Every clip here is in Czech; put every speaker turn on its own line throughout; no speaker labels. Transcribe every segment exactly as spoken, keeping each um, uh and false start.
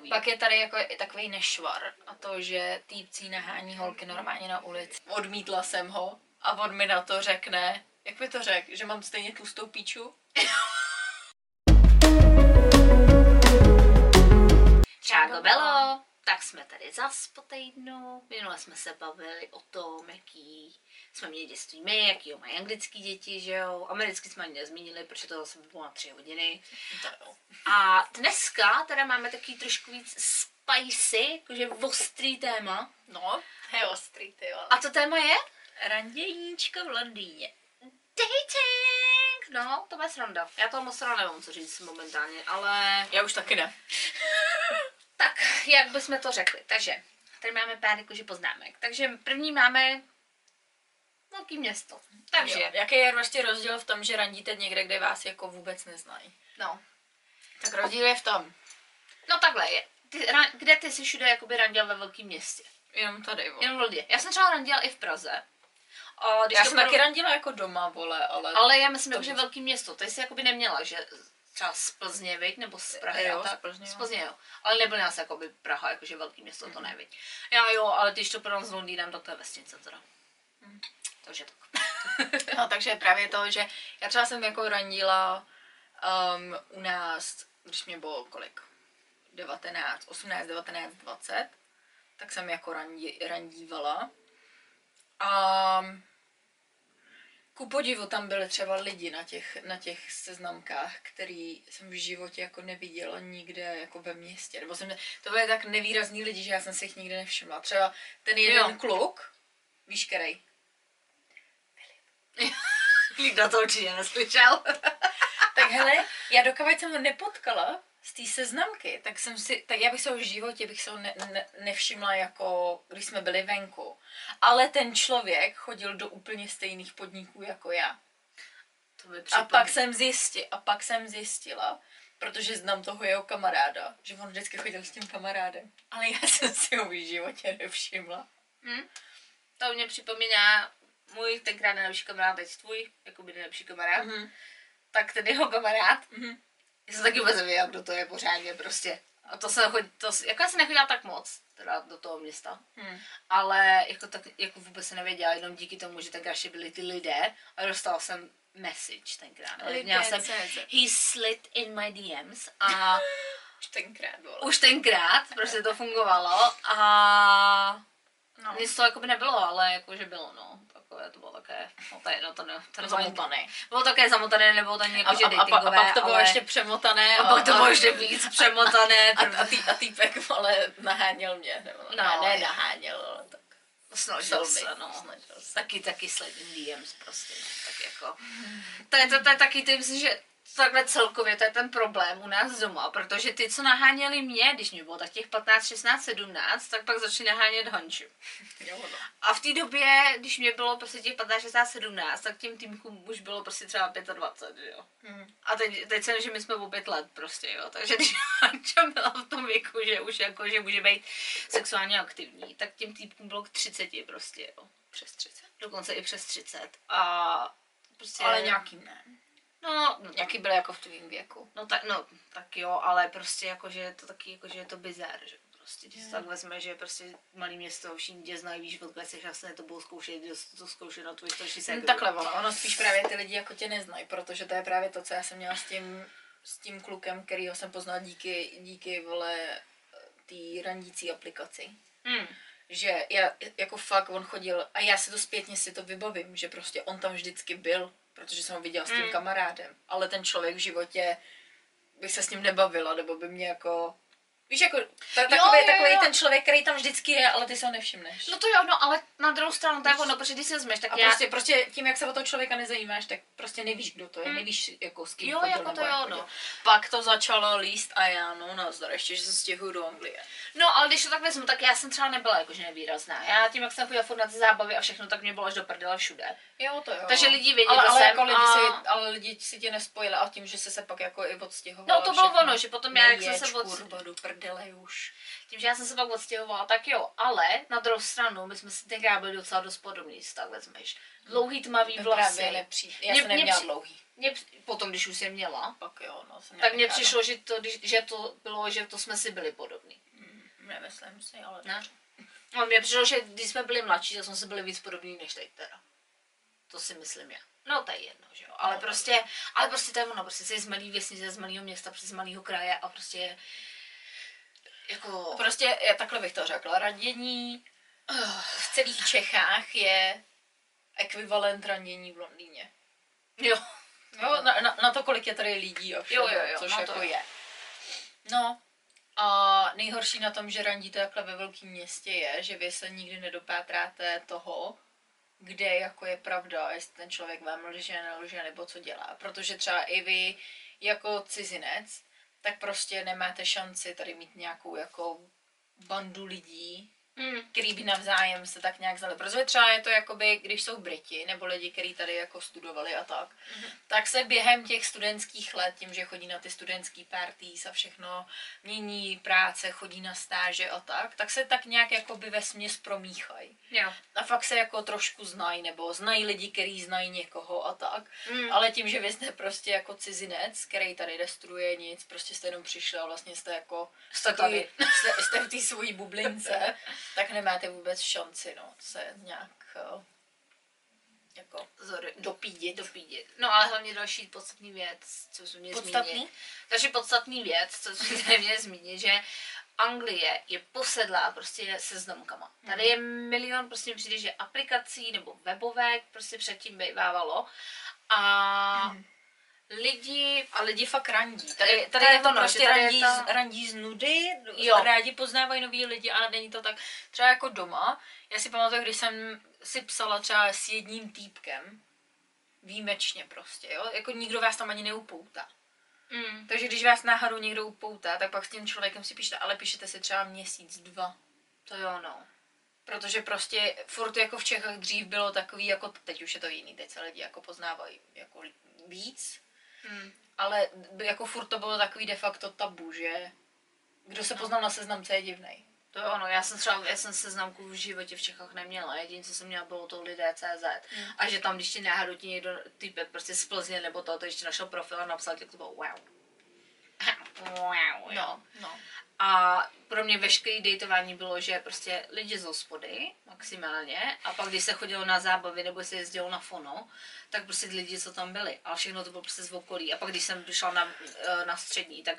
takový.
Pak je tady jako i takový nešvar a to, že týpcí nahání holky normálně na ulici. Odmítla jsem ho a on mi na to řekne, jak mi to řekl, že mám stejně tlustou píču?
Čágo Belo, tak jsme tady zas po týdnu. Minule jsme se bavili o tom, jaký jsme měli dětství my, jaký mají anglický děti, že jo. Americky jsme ani nezmínili, protože to zase bylo na tři hodiny. A dneska teda máme takový trošku víc spicy, jakože ostrý téma.
No, je ostrý, ty jo.
A to téma je?
Randěníčko v Londýně.
Dating! No, to bude sranda. Já toho moc teda nevím, co říct momentálně, ale...
Já už taky ne.
Tak, jak bychom to řekli. Takže, tady máme pár jakože poznámek. Takže první máme velký město. Takže...
Jo. Jaký je vlastně rozdíl v tom, že randíte někde, kde vás jako vůbec neznají?
No.
Tak rozdíl je v tom.
No takhle je. Ty, ra, kde ty jsi všude jakoby randil ve velkém městě?
Jenom tady, vole.
Jenom v Lodě. Já jsem třeba randila i v Praze. A když
Já
to
jsem
budu...
taky randila jako doma, vole, ale...
Ale já myslím,
to
že
bylo...
velký město. Ty jsi jakoby neměla, že třeba z Plzně, viď? Nebo z Prahy.
Jo,
tak?
z Plzně,
z Plzně, jo. Ale nebyl nás jakoby Praha, jakože velký město, mm. to neví. Já jo, ale když to prodám s Londýnem, tak to je vesnice teda. Mm. Takže tak.
No, takže právě to, že já třeba jsem jako randila um, u nás, když mě bylo kolik? devatenáct, osmnáct, devatenáct, dvacet, tak jsem jako randí, randívala. A ku podivu tam byly třeba lidi na těch, na těch seznamkách, který jsem v životě jako neviděla nikde jako ve městě. Nebo jsem, to byly tak nevýrazný lidi, že já jsem si jich nikdy nevšimla. Třeba ten jeden jo. kluk, víš který?
Nikdo to určitě neslyšel.
Tak hele, já dokud jsem ho nepotkala z té seznamky, tak jsem si, tak já bych se ho v životě bych se ho ne, ne, nevšimla jako, když jsme byli venku. Ale ten člověk chodil do úplně stejných podniků jako já.
To by
a pak jsem zjistila, a pak jsem zjistila, protože znám toho jeho kamaráda, že on vždycky chodil s tím kamarádem. Ale já jsem si ho v životě nevšimla.
Hmm? To mě připomíná můj tenkrát nejlepší kamarád, teď tvůj, jakoby nejlepší kamarád. Mm-hmm. Tak ten jeho kamarád, mm-hmm. já jsem taky vůbec nevěděla, kdo to je pořádně prostě. A to se chodí, to, jako já jsem nechodila tak moc, teda do toho města. Hmm. Ale jako, tak, jako vůbec se nevěděla, jenom díky tomu, že tenkrát ještě byli ty lidé a dostala jsem message tenkrát. Měla jsem, he slid in my D Ms a
už tenkrát bylo.
Už tenkrát, prostě to fungovalo a no. Nic to jako by nebylo, ale jakože bylo, no. Takové, to bylo také, no to je, no to ne, to nebylo
zamotané.
Bylo také zamotané, nebylo to ani jakože
a,
datingové,
a, a pak to bylo
ale...
ještě přemotané.
A, a pak to bylo ještě víc přemotané.
A, a, a, tý, a týpek, ale naháněl mě, nebo
no,
ne, ne naháněl, ale tak.
Snažil se, no. Snažil se. Taky, taky sled in D Ms prostě, no, tak jako. To je, to, to je taky, ty myslím, že takhle celkově to je ten problém u nás doma, protože ty, co naháněli mě, když mě bylo tak těch patnáct, šestnáct, sedmnáct, tak pak začali nahánět Honču. A v té době, když mě bylo prostě těch patnáct, šestnáct, sedmnáct, tak tím týmkům už bylo prostě třeba dvacet pět, jo. Hmm. A teď, teď jsem, že my jsme o pět let prostě, jo. Takže když Honča byla v tom věku, že už jako, že může být sexuálně aktivní, tak tím týmkům bylo k třiceti prostě, jo.
Přes třicet.
Dokonce i přes třicet. A prostě...
Ale nějakým ne.
No, no
nějaký byl jako v tvým věku.
No tak, no, tak jo, ale prostě jakože je to taky, jakože je to bizár, že prostě, když se tak vezme, že prostě malý město, všichni tě znají, víš, odkud jsi vlastně to bylo zkoušet, to zkoušet na tvůj starší se.
No, takhle ono, ono spíš právě ty lidi jako tě neznají, protože to je právě to, co já jsem měla s tím, s tím klukem, kterýho jsem poznala díky, díky, vole, té randící aplikaci. Hmm. Že já, jako fakt, on chodil, a já si to zpětně si to vybavím, že prostě on tam vždycky byl, protože jsem ho viděla s tím mm. kamarádem, ale ten člověk v životě bych se s ním nebavila, nebo by mě jako, víš, jako ta, takový, jo, takový jo. ten člověk, který tam vždycky je, ale ty se ho nevšimneš.
No to jo, no, ale na druhou stranu to je ono, protože když se vezmeš, tak
a
já...
prostě, prostě tím, jak se o toho člověka nezajímáš, tak prostě nevíš, kdo to je, mm. nevíš, jako s kým
jo,
chodil,
jako to jo, no.
Pak to začalo líst a já, no nazdar, ještě, že se stěhuju do Anglie.
No, ale když to tak vezmu, tak já jsem třeba nebyla jakože nevýrazná. Já tím, jak jsem chodila furt na ty zábavy a všechno, tak mě bylo až do prdele všude.
Jo, to jo.
Takže lidi vědí,
ale, ale,
jsem,
jako lidi
a...
si, ale lidi si tě nespojili a tím, že se se pak jako i odstěhovala.
No to bylo ono, že potom já, jak jsem se od...
Kurva, do prdele už.
Tím, že já jsem se pak odstěhovala, tak jo, ale na druhou stranu, my jsme si tenkrát byli docela dost podobní, si tak vezmeš. Dlouhý tmavý vlasy.
Nepří... Já
Mě-
jsem neměla
mě při-
dlouhý.
Mě, potom, když už jsem měla,
Pak jo, no. Jsem
tak mně
nechala,
přišlo, že to, když- že to bylo, že to jsme si byli podobní.
No. Nemyslím si, ale
Ne? No, mně přišlo, že když jsme byli mladší, tak jsme si byli víc podobní než teď teda. To si myslím já. No to je jedno, že jo. Ale
No,
prostě, ale prostě to je ono, prostě jsi z malý vesnice, z malého města, přes malého kraje a prostě jako...
Prostě, já takhle bych to řekla, randění v celých Čechách je ekvivalent randění v Londýně.
Jo.
Jo, na, na, na to, kolik je tady lidí a všeho,
Jo, jo, jo,
což
no to
jako
jo.
je. No a nejhorší na tom, že randíte takhle ve velkém městě je, že vy se nikdy nedopátráte toho, kde jako je pravda, jestli ten člověk vám lže, nelže, nebo co dělá. Protože třeba i vy jako cizinec, tak prostě nemáte šanci tady mít nějakou jako bandu lidí,
Mm.
který by navzájem se tak nějak znali. Protože třeba je to jakoby, když jsou Briti, nebo lidi, kteří tady jako studovali a tak, mm-hmm. tak se během těch studentských let, tím, že chodí na ty studentský parties a všechno, mění práce, chodí na stáže a tak, tak se tak nějak jakoby vesměs promíchají.
Jo.
A fakt se jako trošku znají, nebo znají lidi, kteří znají někoho a tak.
Mm.
Ale tím, že vy jste prostě jako cizinec, který tady nestuduje nic, prostě jste jenom přišli a vlastně jste jako
Jste tady.
jste, jste v té svojí bublince, tak nemáte vůbec šanci, no, se nějak uh, jako
Zory.
dopídit.
Dopídit. No ale hlavně další podstatný věc, co jsem mě
Podstatný?
zmínit. Takže podstatný věc, co jsem mě zmínit, že Anglie je posedlá prostě seznamkama. Tady je milion, prostě mi přijde, že aplikací nebo webovek prostě předtím bývávalo. A
Mhm.
lidi...
A lidi fakt randí. Tady,
Tady
tady
je
je to
ono,
prostě
že tady je
randí,
ta-
z, randí z nudy,
Jo.
rádi poznávají nový lidi, ale není to tak. Třeba jako doma, já si pamatuju, když jsem si psala třeba s jedním týpkem, výjimečně prostě, jo, jako nikdo vás tam ani neupoutá.
Mm.
Takže když vás náhodou někdo upoutá, tak pak s tím člověkem si píšete, ale píšete si třeba měsíc, dva.
To jo, no.
Protože prostě furt jako v Čechách dřív bylo takový, jako teď už je to jiný, teď se lidi jako poznávají jako víc,
Mm.
ale jako furt to bylo takový de facto tabu, že kdo se poznal na seznamce je divnej.
To jo, no, já jsem třeba, já jsem seznamku v životě v Čechách neměla, jediné, co jsem měla, bylo to lidé tečka cé zet.
Mm.
A že tam, když ti náhodou ti někdo typek prostě z Plzně nebo to, to ještě našel profil a napsal, tak to bylo wow. Wow, jo.
No, no.
A pro mě veškeré dejtování bylo, že prostě lidi z hospody, maximálně, a pak když se chodilo na zábavy nebo se jezdilo na fono, tak prostě ty lidi, co tam byli, ale všechno to bylo prostě z okolí. A pak když jsem přišla na, na střední, tak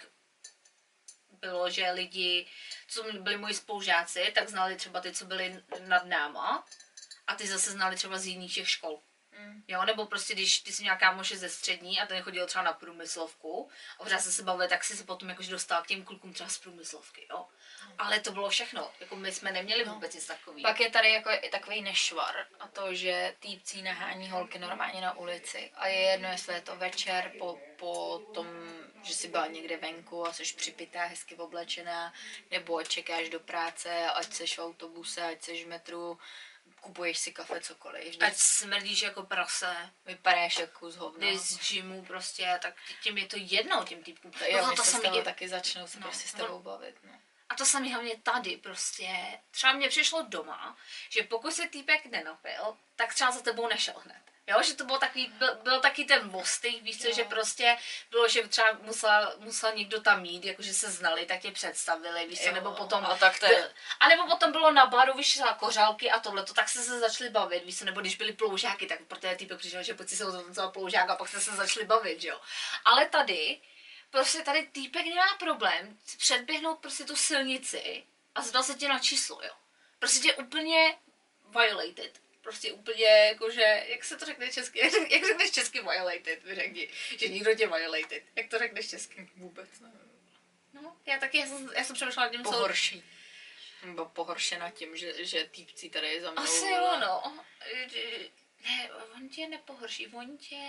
bylo, že lidi, co byli moji spolužáci, tak znali třeba ty, co byli nad náma, a ty zase znali třeba z jiných těch škol.
Mm.
Jo, nebo prostě když ty jsi měla kámoše ze střední a ten chodil třeba na průmyslovku a pořád se se bavili, tak si se potom jakož dostal k těm klukům třeba z průmyslovky, jo. Ale to bylo všechno, jako my jsme neměli
No.
vůbec nic takový.
Pak je tady jako takový nešvar a to, že týpcí nahání holky normálně na ulici a je jedno, jestli je to večer po, po tom, že jsi byla někde venku a jsi připitá, hezky oblečená, nebo čekáš do práce, ať jsi v autobuse, ať jsi v metru, kupuješ si kafe, cokoliv. Vždyť
Ať smrdíš jako prase,
vypadáš jako kus hovna.
jdeš z gymu prostě, tak tím je to jedno těm týpkům.
To, jo,
No,
když
to
se s
samý
tebou
je-
taky začnou se
No,
prostě s
no.
tebou bavit. No.
A to samé hlavně tady prostě. Třeba mně přišlo doma, že pokud se týpek nenapil, tak třeba za tebou nešel hned. Jo, že to bylo takový, byl, byl taky ten vostych, víš co,
Jo.
že prostě bylo, že třeba musel, musel někdo tam jít, jakože se znali, tak tě představili, víš co,
Jo,
nebo potom...
a tak to je-
A nebo potom bylo na baru, víš, třeba kořálky a tohleto, tak se se začali bavit, víš co, nebo když byli ploužáky, tak protože týpek přišel, že pojď si se otancoval ploužák a pak se se začali bavit, že jo. Ale tady, prostě tady týpek nemá problém předběhnout prostě tu silnici a zeptal se tě na číslo, jo. Prostě tě úplně violated. Prostě úplně jakože, jak se to řekne česky, jak, řek- jak řekneš česky violated, mi řekni, že někdo tě violated, jak to řekneš česky?
Vůbec nevím.
No, já taky, já jsem, já jsem přemýšlela nad tím, co...
Pohorší. Nebo pohoršena tím, že, že týpci tady za mnou...
Asi jo, no. Ne, on tě nepohorší, on tě...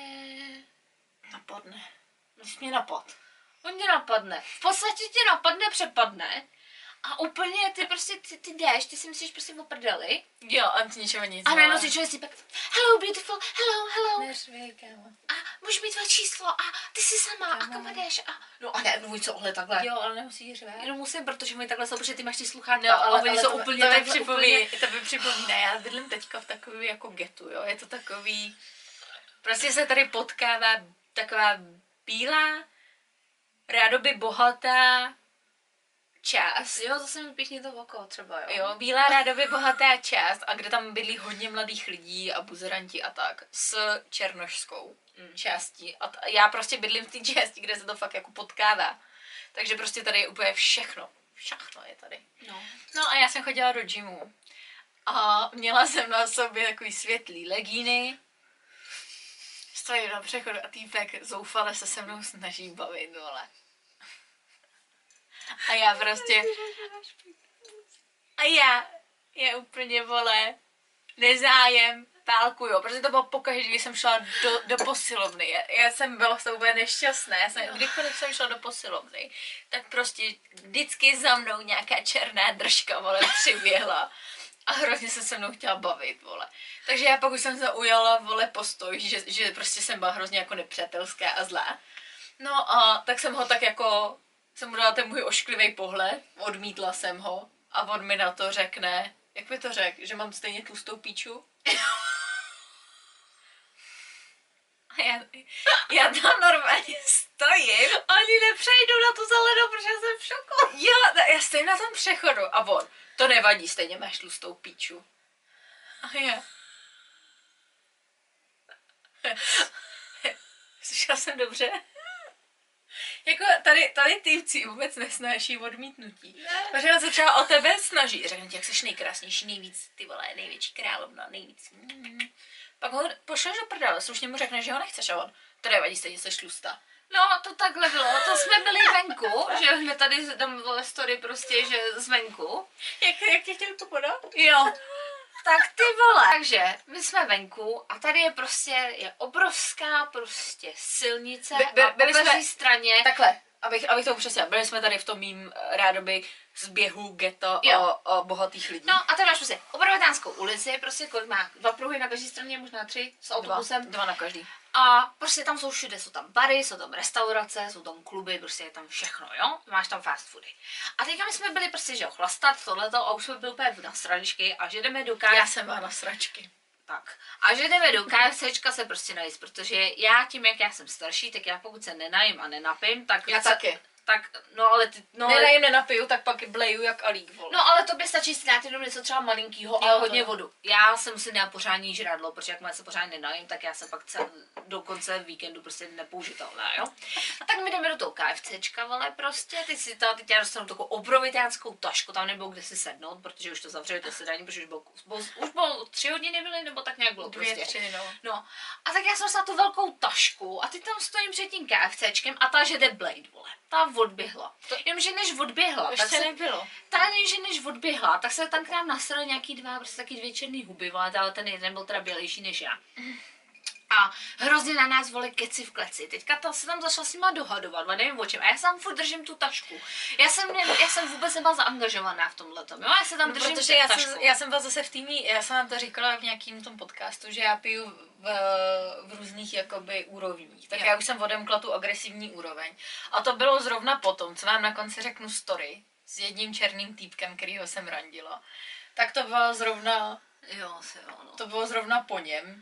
Napadne. Když mě napad.
On tě napadne. V podstatě tě napadne, přepadne A úplně ty prostě, ty, ty jdeš, ty si myslíš prostě o prdeli.
Jo, a ty ničeho nic.
A najednou si člověk si pak, hello beautiful, hello, hello.
Neřvi, kámo.
A můžu mít tvoje číslo a ty jsi sama a kam jdeš a no a ne, můj co, ohle takhle.
Jo, ale nemusíš řvát.
Jenom musím, protože mi takhle jsou, protože ty máš ty sluchátka,
No, ale,
a oni
ale
jsou
to,
úplně
to,
takhle
připomíná,
úplně...
to by připomíná, já bydlím teďka v takový jako getu, jo, je to takový, prostě se tady potkává taková bílá, rádoby bohatá část.
Jo, zase mi píchni to oko třeba, jo.
Jo, bílá rádoby bohatá část a kde tam bydlí hodně mladých lidí a buzeranti a tak, s černošskou mm. částí. A t- já prostě bydlím v té části, kde se to fakt jako potkává. Takže prostě tady je úplně všechno. Všechno je tady.
No.
No a já jsem chodila do gymu. A měla jsem na sobě takový světlý legíny. Stojím na přechodu a týpek zoufale se se mnou snaží bavit, vole. A já prostě... A já, já úplně, vole, nezájem, pálkuju, protože to bylo pokaždé, když jsem šla do, do posilovny. Já, já jsem byla se úplně nešťastná, já jsem, kdykoliv jsem šla do posilovny, tak prostě vždycky za mnou nějaká černá držka, vole, přiběhla. A hrozně se se mnou chtěla bavit, vole. Takže já pak už jsem zaujala, vole, postoj, že, že prostě jsem byla hrozně jako nepřátelská a zlá. No a tak jsem ho tak jako, jsem mu dala ten můj ošklivý pohled, odmítla jsem ho a on mi na to řekne, jak mi to řekl, že mám stejně tlustou píču? A já, já tam normálně stojím.
Ani nepřejdu na tu zelenou, protože jsem v šoku.
Jo, já stojím na tom přechodu a on, to nevadí, stejně máš tlustou píču. A já. Slyšela jsem dobře? Jako tady, tady týpci vůbec nesnáší odmítnutí. Ne. Protože on se třeba o tebe snaží. Řekne ti, jak jsi nejkrásnější, nejvíc, ty vole, největší královna, nejvíc. Mm. Pak ho pošleš do prdele, slušně mu řekne, že ho nechceš a on, to nevadí, stejně jsi tlustá.
No, to takhle bylo, to jsme byli venku, že jsme tady dám vole story prostě, že zvenku.
Jak, jak tě chtěl to podat?
Jo. Tak ty vole. Takže my jsme venku a tady je prostě, je obrovská prostě silnice
By, by,
a
byli
po každé
jsme,
straně.
Takhle, abych, abych to upřesnila, byli jsme tady v tom mým rádoby zběhu ghetto o, o bohatých lidí.
No a tady máš prostě obrovitánskou ulici, prostě kolik má dva pruhy na každé straně, možná tři s autobusem.
Dva, dva na každý.
A prostě tam jsou všude, jsou tam bary, jsou tam restaurace, jsou tam kluby, prostě je tam všechno, jo? Máš tam fast foody. A teďka my jsme byli prostě, že jo, chlastat tohleto a už jsme byli úplně na straničky a že jdeme do K F C.
Já jsem byla na sračky.
Tak. A že jdeme do KFCčka se prostě najíst, protože já tím, jak já jsem starší, tak já pokud se nenajím a nenapím, tak...
Já
se,
taky.
Tak, no ale ty, no...
Nenajím, nenapiju, tak pak bleju jak alík, vole.
No ale to by stačí si dát jenom něco třeba malinkýho a hodně vodu. Já jsem musím dát pořádný žrádlo, protože jak se pořádně nenajím, tak já jsem pak cel, do konce víkendu prostě nepoužitelná, jo. A tak my jdeme do toho KFCčka, vole, prostě, ty si ta, teď já dostanu takovou obrovitánskou tašku, tam nebylo kde si sednout, protože už to zavřeli to sedání, protože už bylo, bylo, už bylo tři hodiny byly, nebo tak nějak bylo
Dvě,
prostě.
tři, no.
No, a tak já jsem dostala tu velkou tašku a ty tam stojím před tím KFCčkem a ta, že jde Blade, vole. Ta odběhla. Jenomže než odběhla,
Ještě
tak se,
nebylo.
ta že než odběhla, tak se tam k nám nasrali nějaký dva, prostě taky dvě černý huby, vole, ale ten jeden byl teda bělejší než já. A hrozně na nás vole keci v kleci. Teďka ta se tam začala s nima dohadovat, ale nevím o čem. A já tam furt držím tu tašku. Já jsem, ne, já jsem vůbec nebyla zaangažovaná v tomhletom, jo? Já se tam
No,
držím
protože já
tašku.
jsem, já jsem byla zase v týmí, já jsem vám to říkala v nějakým tom podcastu, že já piju v, v různých jakoby úrovních. Tak
Jo.
já už jsem odemkla tu agresivní úroveň. A to bylo zrovna potom, co vám na konci řeknu story s jedním černým týpkem, kterýho jsem randila. Tak to bylo zrovna,
Jo, se jo, no.
to bylo zrovna po něm.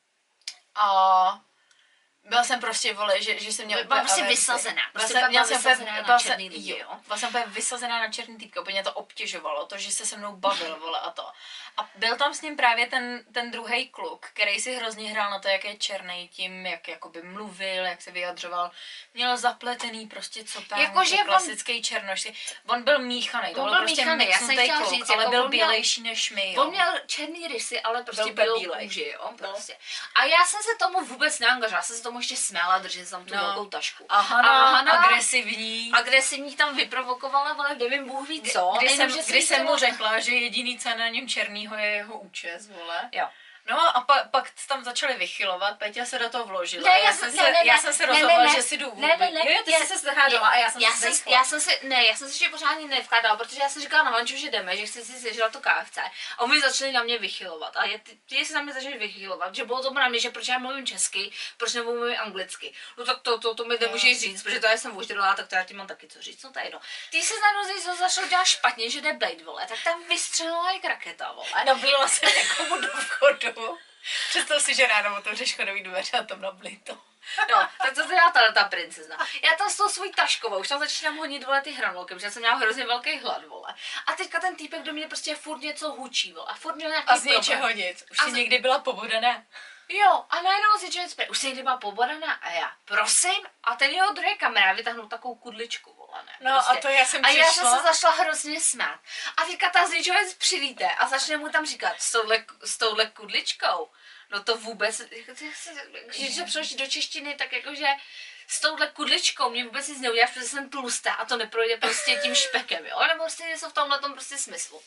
A byla jsem prostě, vole, že, že jsem měla
Byla prostě
averzi.
vysazená. Prostě
Byla jsem,
byla
měla jsem
vysazená
úplně-
na
byla
černý
jsem-
lidi,
jo.
jo.
Byla jsem úplně vysazená na černý týpka, úplně mě to obtěžovalo, to, že se se mnou bavil, vole, a to. A byl tam s ním právě ten, ten druhý kluk, který si hrozně hrál na to, jak je černý, tím, jak jakoby mluvil, jak se vyjadřoval. Měl zapletený prostě copánky,
Jakože on-
klasický černoš. On byl míchaný, to
On
byl,
byl
prostě
míchanej, já jsem
mixnutý
chtěla
kluk,
říct,
ale
jako
byl
on měl-
bělejší než my, jo.
On měl černý rysy, ale prostě
Byl
byl
bílej.
kůži, jo,
No.
prostě. A já jsem se tomu vůbec neangažovala, já jsem se tomu ještě smála, držela jsem tu
No.
velkou tašku.
A Hana,
A Hana-
agresivní.
Agresivní tam vyprovokovala, ale nevím, Bůh ví co.
Kdy,
Jenom,
jsem,
že
kdy
jí
jsem mu
chtěla-
řekla, že jediný, co je na něm černýho, je jeho účes, vole.
Jo.
No a pa, pak tam začali vychylovat, Peťa se do toho vložila.
Ne,
já,
já
jsem
ne,
se,
ne,
já
ne,
jsem se
ne,
rozhodla,
ne, ne.
že si jdu.
Ne, ne, ne.
Jo, ty
Já-
jsi se zahádala a já jsem
já
se
jsem,
zajistila.
já jsem si, ne, já jsem si ještě pořádně nevkládala, protože já jsem říkala na Vanču, že jdeme, že chci si sežrat to K F C. A oni začali na mě vychylovat. A je, ty, ty se na mě začali vychylovat, že bylo to na mě, že proč já mluvím česky, proč nemluvím anglicky. No tak to, to, to mi nemůžeš říct, protože to já jsem ožrala, tak to já ti mám taky co říct, no to je jedno. Ty se najednou začal dělat špatně, že jde Blade, vole, tak tam vystřelila jak raketa, vole.
Nabíla jsem někomu do vchodu. Představ si, že ráno otevřeš chodový dveře a tam nablí to.
No, tak co dělá ta, ta princezna? Já tam s tou svojí taškovou, už tam začínám honit, vole, ty hranolky, protože jsem měla hrozně velký hlad, vole. A teďka ten týpek do mě prostě furt něco hučí, vole. A furt měl nějaký
A z
problém.
něčeho nic. Už
A
jsi
z-
někdy byla pobodaná?
Jo, a najednou si člověk zpět, už se někdy byla pobodaná a já, prosím, a ten jeho druhý kamarád vytáhnul takovou kudličku, vole, ne,
No a to já jsem
A já jsem
přišla.
se začala hrozně smát. A teďka ta zničovec přilíte a začne mu tam říkat, s touhle, s touhle kudličkou, no to vůbec, jako, ty se- když se přeloží do češtiny, tak jakože s touhle kudličkou mě vůbec nic neuděláš, protože jsem tlustá a to neprojde prostě tím špekem, jo, nebo prostě něco v tomhle tom prostě smyslu.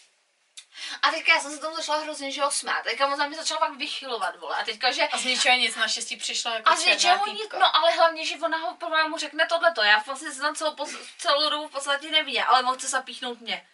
A teďka já jsem se tomu začala hrozně, že ho smát. Teďka on za mě začal fakt vychylovat, vole. A teďka, že...
A z ničeho nic naštěstí přišla jako
A z
černá
ničeho nic,
týpka.
no ale hlavně, že ona ho prvé mu řekne tohleto. Já vlastně se tam celou, pos- celou dobu v podstatě neviděla, ale on chce zapíchnout mě.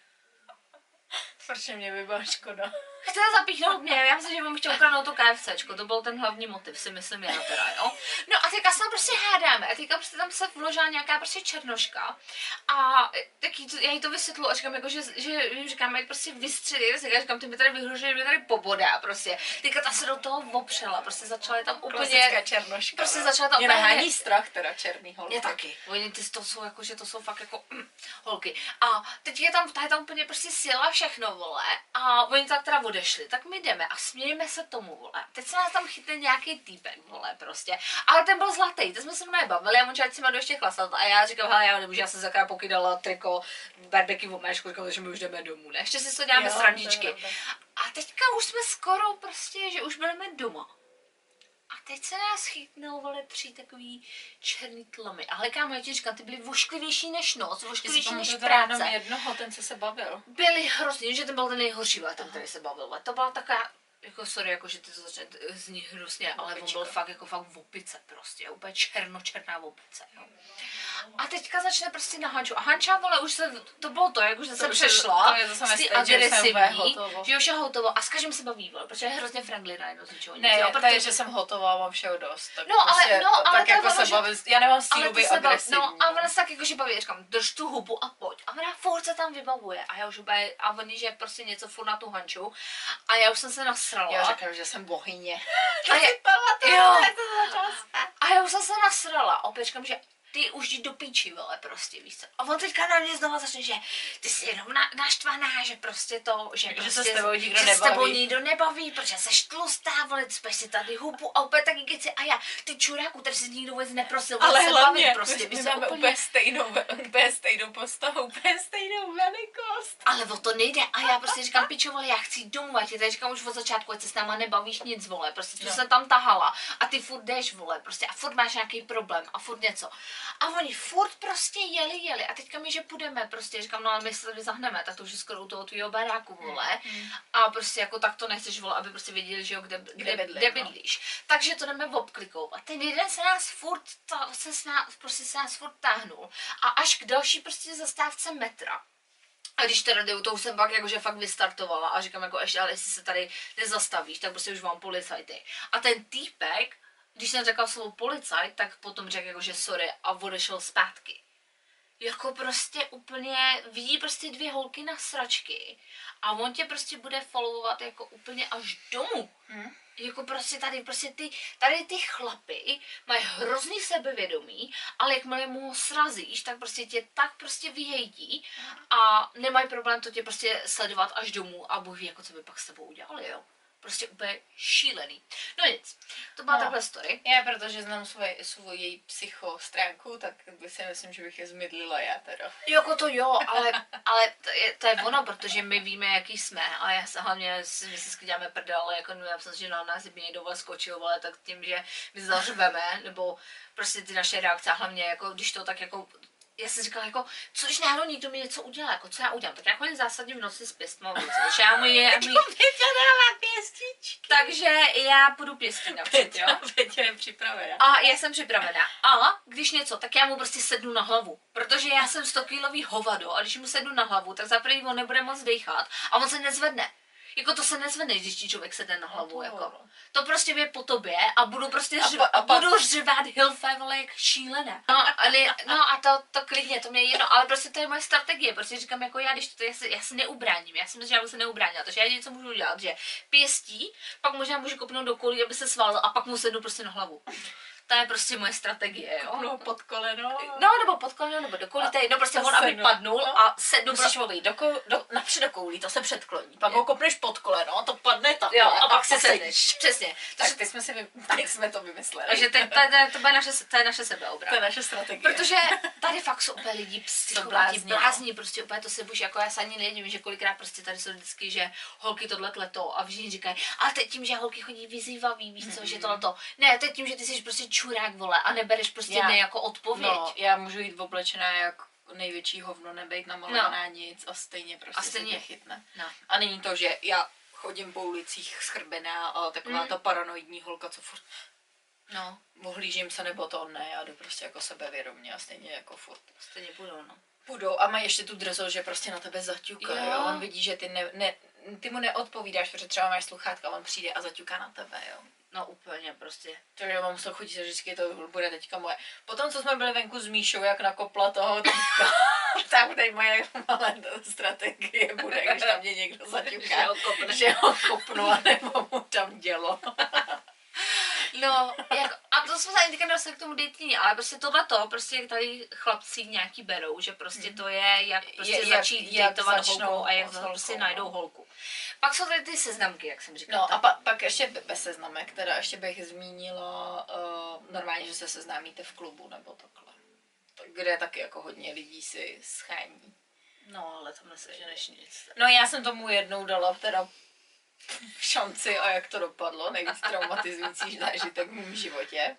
Protože mě by byla škoda.
Chce zapíchnout mě, já myslím, že mu chtěl ukradnout to KFCčko, to byl ten hlavní motiv, si myslím já teda, jo. No a teďka se tam prostě hádáme, a teďka prostě tam se vložila nějaká prostě černoška a tak jí to, já jí to vysvětlu a říkám jako, že, že jim říkám, jak prostě vystřelit, tak já říkám, ty mi tady vyhrožuje, mě tady pobodá prostě. Teďka ta se do toho opřela, prostě začala tam úplně,
Klasická černoška.
prostě
no.
začala tam
Mě
úplně-
nahání strach teda černý holky.
mě taky. Oni ty to jsou jako, že to jsou fakt jako mm, holky. A teď je tam, ta je tam úplně prostě sjela všechno, vole. A oni tak teda odešli. Tak my jdeme a smějeme se tomu, vole. Teď se nás tam chytne nějaký týpek, vole, prostě. Ale ten byl zlatý, teď jsme se normálně bavili a on čáč si má do ještě chlasat. A já říkám, hele, já nemůžu, já jsem se zakrát pokydala triko, barbeky v oméšku, říkám, že my už jdeme domů, ne? Ještě si to děláme
Jo,
srandičky.
to je pravda.
A teďka už jsme skoro prostě, že už budeme doma. A teď se nás chytnou, vole, tři takový černý tlamy. Ale kámo, já ti říkám, ty byly vošklivější než noc,
Ty si
vošklivější než
pamatuju teda jenom
práce.
jednoho, ten co se bavil.
Byli hrozný, že ten byl ten nejhorší, vole, ten, který se bavil. Vole. To byla taková, jako sorry, jako že ty to začne znít hnusně, ale on byl
Opička.
fakt jako fakt v opice prostě, úplně černočerná opice, jo. A teďka začne prostě na Hanču. A Hanča, vole, už se, to bylo to, jak už se
už je-
přešla
to je to samé
z ty
stejně, že už jsem úplně
agresivní,
hotovo.
že už je hotovo a s každým se baví, vole, protože je hrozně friendly na jedno z ničeho nic,
Ne,
jo,
to
protože-
je, že jsem hotová, mám všeho dost. Tak
No, ale-
prostě,
no, ale
tak
to je
jako
ono,
se
že-
bavit, já nemám
Ale
sílu
ty
být
se baví,
agresivní.
no a ona se tak jakože baví, říkám, drž tu hubu a pojď. A ona furt se tam vybavuje a já už úplně, a oni, že prostě něco furt na tu Hanču a já už jsem se nasrala.
Já říkám, že jsem bohyně.
a, já,
Pamatuju,
jo,
jak to začala spát.
a já už jsem se nasrala a opět říkám, že ty už jdi do píči, vole, prostě, víš co. A on teďka na mě znova začne, že ty jsi jenom na, naštvaná, že prostě to, že,
Že
prostě,
se s tebou nikdo
že se s tebou
nebaví.
nikdo nebaví, protože jsi tlustá, vole, speš si tady hubu a úplně taky keci a já, ty čuráku, tady si nikdo vůbec neprosil, vůbec
Ale
se
hlavně,
bavit, prostě,
my,
víš
my
co,
máme
úplně-
úplně stejnou, úplně stejnou postavu, úplně stejnou velikost.
Ale o to nejde. A já prostě říkám, pičo, vole, já chci jít domů. A ti tady říkám už od začátku, ať se s náma nebavíš nic, vole. Prostě tu
No.
jsem tam tahala. A ty furt jdeš, vole. Prostě a furt máš nějaký problém. A furt něco. A oni furt prostě jeli, jeli. A teďka mi, že půjdeme, prostě říkám, no ale my se tady zahneme, tak to už je skoro u toho tvýho baráku, vole. A prostě jako tak to nechceš, vole, aby prostě věděli, že jo, kde, kde, kde,
bydlím,
kde
no.
bydlíš. Takže to jdeme obklikou. A ten jeden se nás furt, to, se s nás, prostě se nás furt táhnul. A až k další prostě zastávce metra. A když teda jdu, to už jsem pak jakože fakt vystartovala a říkám jako ještě, ale jestli se tady nezastavíš, tak prostě už mám policajty. A ten týpek, když jsem řekla slovo policajt, tak potom řekl jakože sorry a odešel zpátky. Jako prostě úplně, vidí prostě dvě holky na sračky a on tě prostě bude followovat jako úplně až domů.
Hmm.
Jako prostě tady, prostě ty, tady ty chlapy mají hrozný sebevědomí, ale jakmile mu ho srazíš, tak prostě tě tak prostě vyhejdí a nemají problém to tě prostě sledovat až domů a Bůh ví, jako co by pak s tebou udělali, jo. Prostě úplně šílený. No nic, to byla
No.
takhle story.
Já, protože znám svoji, svoji psycho stránku, tak by si myslím, že bych je zmydlila já teda.
Jako to jo, ale, ale to, je, to je ono, protože my víme, jaký jsme a já se hlavně si my si vždycky děláme prdel, ale jako no, já myslím, že na nás, kdyby někdo skočil, ale tak tím, že my zařveme, nebo prostě ty naše reakce a hlavně jako, když to tak jako já jsem říkala jako, co když náhodou někdo mi něco udělá, jako co já udělám, tak já chodím zásadně v noci s pěstma vůbec, takže já můj je, můj...
pěstičky.
Takže já půjdu pěstí napřed, jo?
Peťa je připravená.
A já jsem připravená. A když něco, tak já mu prostě sednu na hlavu. Protože já jsem sto kilový hovado a když mu sednu na hlavu, tak za první on nebude moc dejchat a on se nezvedne. Jako to se nezvedne, když ti člověk sedne na hlavu,
to,
jako.
no.
To prostě je po tobě a budu prostě
A
řv,
pa- a
a
pak-
budu řvát hilfe, vole, jak šílené. No, ale, no a to, to klidně, to mě je jedno, ale prostě to je moje strategie, prostě říkám, jako já, když to, já se, já se neubráním, já si myslím, že já bych se neubránila, takže já něco můžu dělat, že pěstí, pak možná můžu kopnout do kolí, aby se svalil a pak mu sednu prostě na hlavu. To je prostě moje strategie, jo.
No, pod koleno.
No, nebo pod koleno, nebo do kolí, to je jedno, prostě on, aby
sednu.
padnul
No.
a sednu
Musíš
pro...
mu být do, kou- do, napřed do koulí, to se předkloní. Pak ho kopneš pod koleno, to padne takhle.
Jo, a pak si
posedíš.
sedneš, přesně.
Tak ty jsme si vy... tak jsme to vymysleli.
Takže to, to, to, to, je naše, to je naše sebeobrana.
To je naše strategie.
Protože tady fakt jsou úplně lidi psychopati,
blázni, no.
blázni, prostě úplně to se boží, jako já se ani nedivím, že kolikrát prostě tady jsou vždycky, že holky tohle kleto a všichni říkají, ale teď tím, že holky chodí vyzývavý, víš co, že tohle to. Ne, teď tím, že ty jsi prostě čurák, vole, a nebereš prostě
Já-
ne jako odpověď.
No, já můžu jít oblečená jak největší hovno, nebejt namalovaná
No.
nic a stejně prostě
A stejně.
se tě chytne.
No.
A není to, že já chodím po ulicích schrbená a taková
Mm.
ta paranoidní holka, co furt
No,
ohlížím se, nebo to ne, já jdu prostě jako sebevědomě a stejně jako furt
stejně budou, no.
půjdou a mají ještě tu drzost, že prostě na tebe zaťuká,
Jo.
jo. On vidí, že ty, ne, ne, ty mu neodpovídáš, protože třeba máš sluchátka, on přijde a zaťuká na tebe, jo.
No úplně prostě.
Takže mám musel chodit a vždycky to bude teďka moje. Potom, co jsme byli venku s Míšou, jak nakopla toho týpka, tak teď moje malé strategie bude, když tam mě někdo zaťuká,
Že ho kopne.
že ho kopnu a nebo mu tam dělo.
No, jako, a to jsme se ani teďka nedostali k tomu datingu, ale prostě tohleto, prostě jak tady chlapci nějaký berou, že prostě to je, jak prostě
Je- jak-
začít
jak
datovat
začnou
holkou a jak
s holkou,
prostě
no.
najdou holku. Pak jsou tady ty seznamky, jak jsem říkala.
No a pa, pak ještě bez seznamek, teda ještě bych zmínila uh, normálně, že se seznámíte v klubu nebo takhle. Kde taky jako hodně lidí si schání.
No, ale tam neseženeš nic.
No já jsem tomu jednou dala teda šanci a jak to dopadlo, nejvíc traumatizující zážitek v mém životě.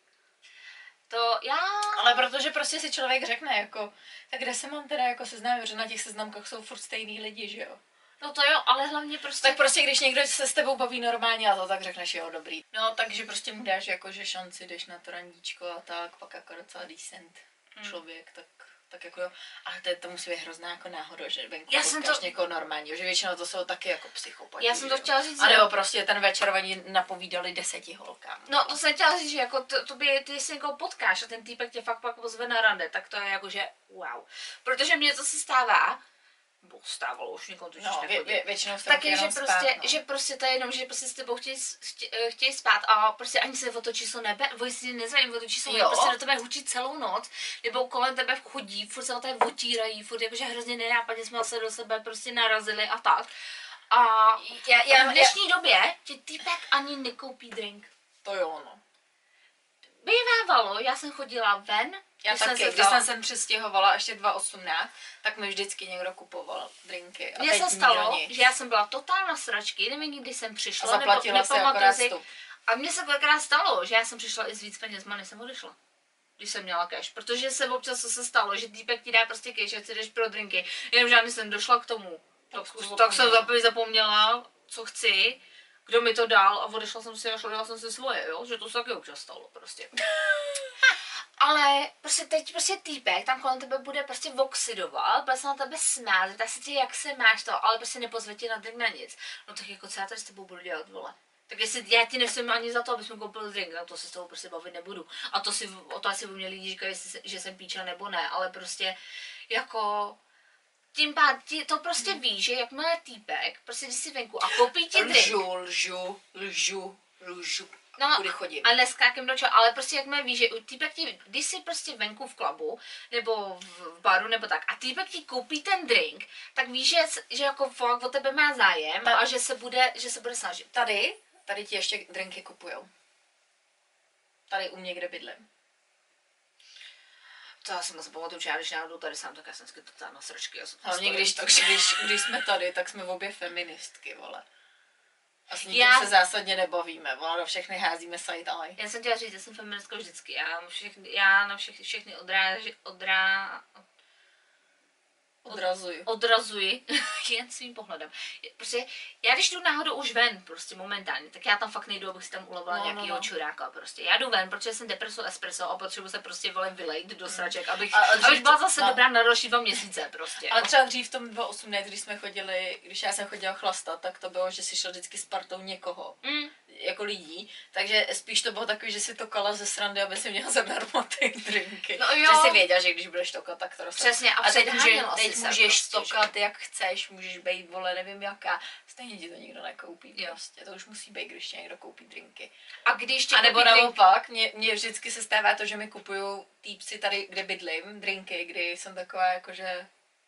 To já...
Ale protože prostě si člověk řekne jako, tak kde se mám teda jako seznámit, že na těch seznamkách jsou furt stejný lidi, že jo?
No to jo, ale hlavně prostě...
Tak prostě když někdo se s tebou baví normálně a to, tak řekneš jo, dobrý. No takže prostě mu dáš jako, že šanci, jdeš na to randíčko a tak, pak jako docela decent člověk, tak, tak jako jo. Ale to, to musí být hrozná jako náhoda, že venku
Já jsem
potkáš
to-
někoho normálního, že většinou to jsou taky jako psychopati.
Já jsem to
že jo.
chtěla říct,
A
že-
nebo prostě ten večer oni napovídali deseti holkám.
No, to jsem chtěla říct, že jako to, to by, ty si někoho potkáš a ten týpek tě fakt pak pozve na rande, tak to je jako, že wow. Protože mně to se stává, bo stávalo už někoho totiž
No, vě,
nechodí.
vě, většinou se
Tak je, že
jenom
prostě,
spát, no.
že prostě to je jenom, že prostě s tebou chtějí, chtě- eh, chtějí spát a prostě ani se o to číslo nebe, oni si nezajímají o to číslo, oni
Jo.
prostě do tebe hučí celou noc, nebo kolem tebe chodí, furt se o tebe otírají, furt jakože hrozně nenápadně jsme se do sebe prostě narazili a tak. A
Já, já,
v dnešní době ti týpek ani nekoupí drink.
To jo, no.
Bývávalo, já jsem chodila ven,
Já
když
taky,
jsem se
když
to-
jsem sem přestěhovala ještě dva osmnáct, tak mi vždycky někdo kupoval drinky. A
Mně
teď
se stalo,
nikdo nic.
že já jsem byla totálna sračky, nevím, kdy jsem
A
přišla,
zaplatila
nebo
si akorát
nepamatuji si.
vstup.
A mně se kolikrát stalo, že já jsem přišla i s víc penězma, než jsem odešla. Když jsem měla cash, protože se občas co se stalo, že týpek ti dá prostě cash, ať si jdeš pro drinky, jenomže když jsem došla k tomu, tak, tak jsem zapomněla. zapomněla, co chci, kdo mi to dal a odešla jsem si a šla, dala jsem si svoje, jo, že to se taky občas stalo prostě. Ale prostě teď prostě týpek tam kolem tebe bude prostě oxidovat, bude se na tebe smát, zeptá se tě, jak se máš to, ale prostě nepozve tě na drink na nic. No tak jako co já tady s tebou budu dělat, vole. Tak jestli já ti nesmím ani za to, abys mi koupil drink, tak to se s tebou prostě bavit nebudu. A to si, o to asi u mě lidi říkají, jestli, se- že jsem píča nebo ne, ale prostě jako... Tím pád, ti to prostě ví, že jakmile týpek, prostě když si venku a koupí ti drink.
Lžu, lžu, lžu, lžu.
No,
Kudy chodím.
a neskákem do čeho, ale prostě jakmile víš, že týpek ti, když jsi prostě venku v klubu, nebo v, v baru, nebo tak, a týpek ti koupí ten drink, tak víš, že, že jako fakt o tebe má zájem
Ta-
a že se bude, že se bude snažit.
Tady, tady ti ještě drinky kupujou. Tady u mě, kde bydlím.
To já jsem moc pamatuju, že já když náhodou tady sám, tak já jsem vždycky totálna na sračky. Já jsem
Hlavně
postavím,
když,
takže...
když, když jsme tady, tak jsme obě feministky, vole. A s nikým
Já-
se zásadně nebavíme, ono do všechny házíme side eye.
Já jsem chtěla říct, že jsem feministkou vždycky. Já, všechny, já na všechny, všechny odráži, odrá,
Odrazuju.
odrazuji jen svým pohledem. Prostě já když jdu náhodou už ven, prostě momentálně, tak já tam fakt nejdu, abych si tam ulovila
No,
no,
no,
nějakýho
no.
čuráka prostě. Já jdu ven, protože jsem depreso espresso a potřebuji se prostě volem vylejt do sraček, abych,
A- a dřív
abych byla
to-
zase
no.
dobrá na další dva měsíce prostě.
Ale
jo.
třeba dřív v tom dva tisíce osmnáct, když jsme chodili, když já jsem chodila chlastat, tak to bylo, že si šel vždycky s partou někoho,
Mm.
jako lidí, takže spíš to bylo takový, že si tokala ze srandy, aby si měla zadarmo ty drinky.
No jo.
Že si věděla, že když budeš tokat, tak to dostane.
Přesně, a
a teď, může,
předháněla si
teď
se
můžeš
prostě, že-
tokat, jak chceš, můžeš být, vole, nevím jaká, stejně ti to nikdo nekoupí,
Jo.
prostě, to už musí být, když ti někdo koupí drinky.
A když tě
A nebo
koupí drink-
naopak, mě, mě vždycky se stává to, že mi kupují týpci tady, kde bydlím, drinky, kdy jsem taková jako, že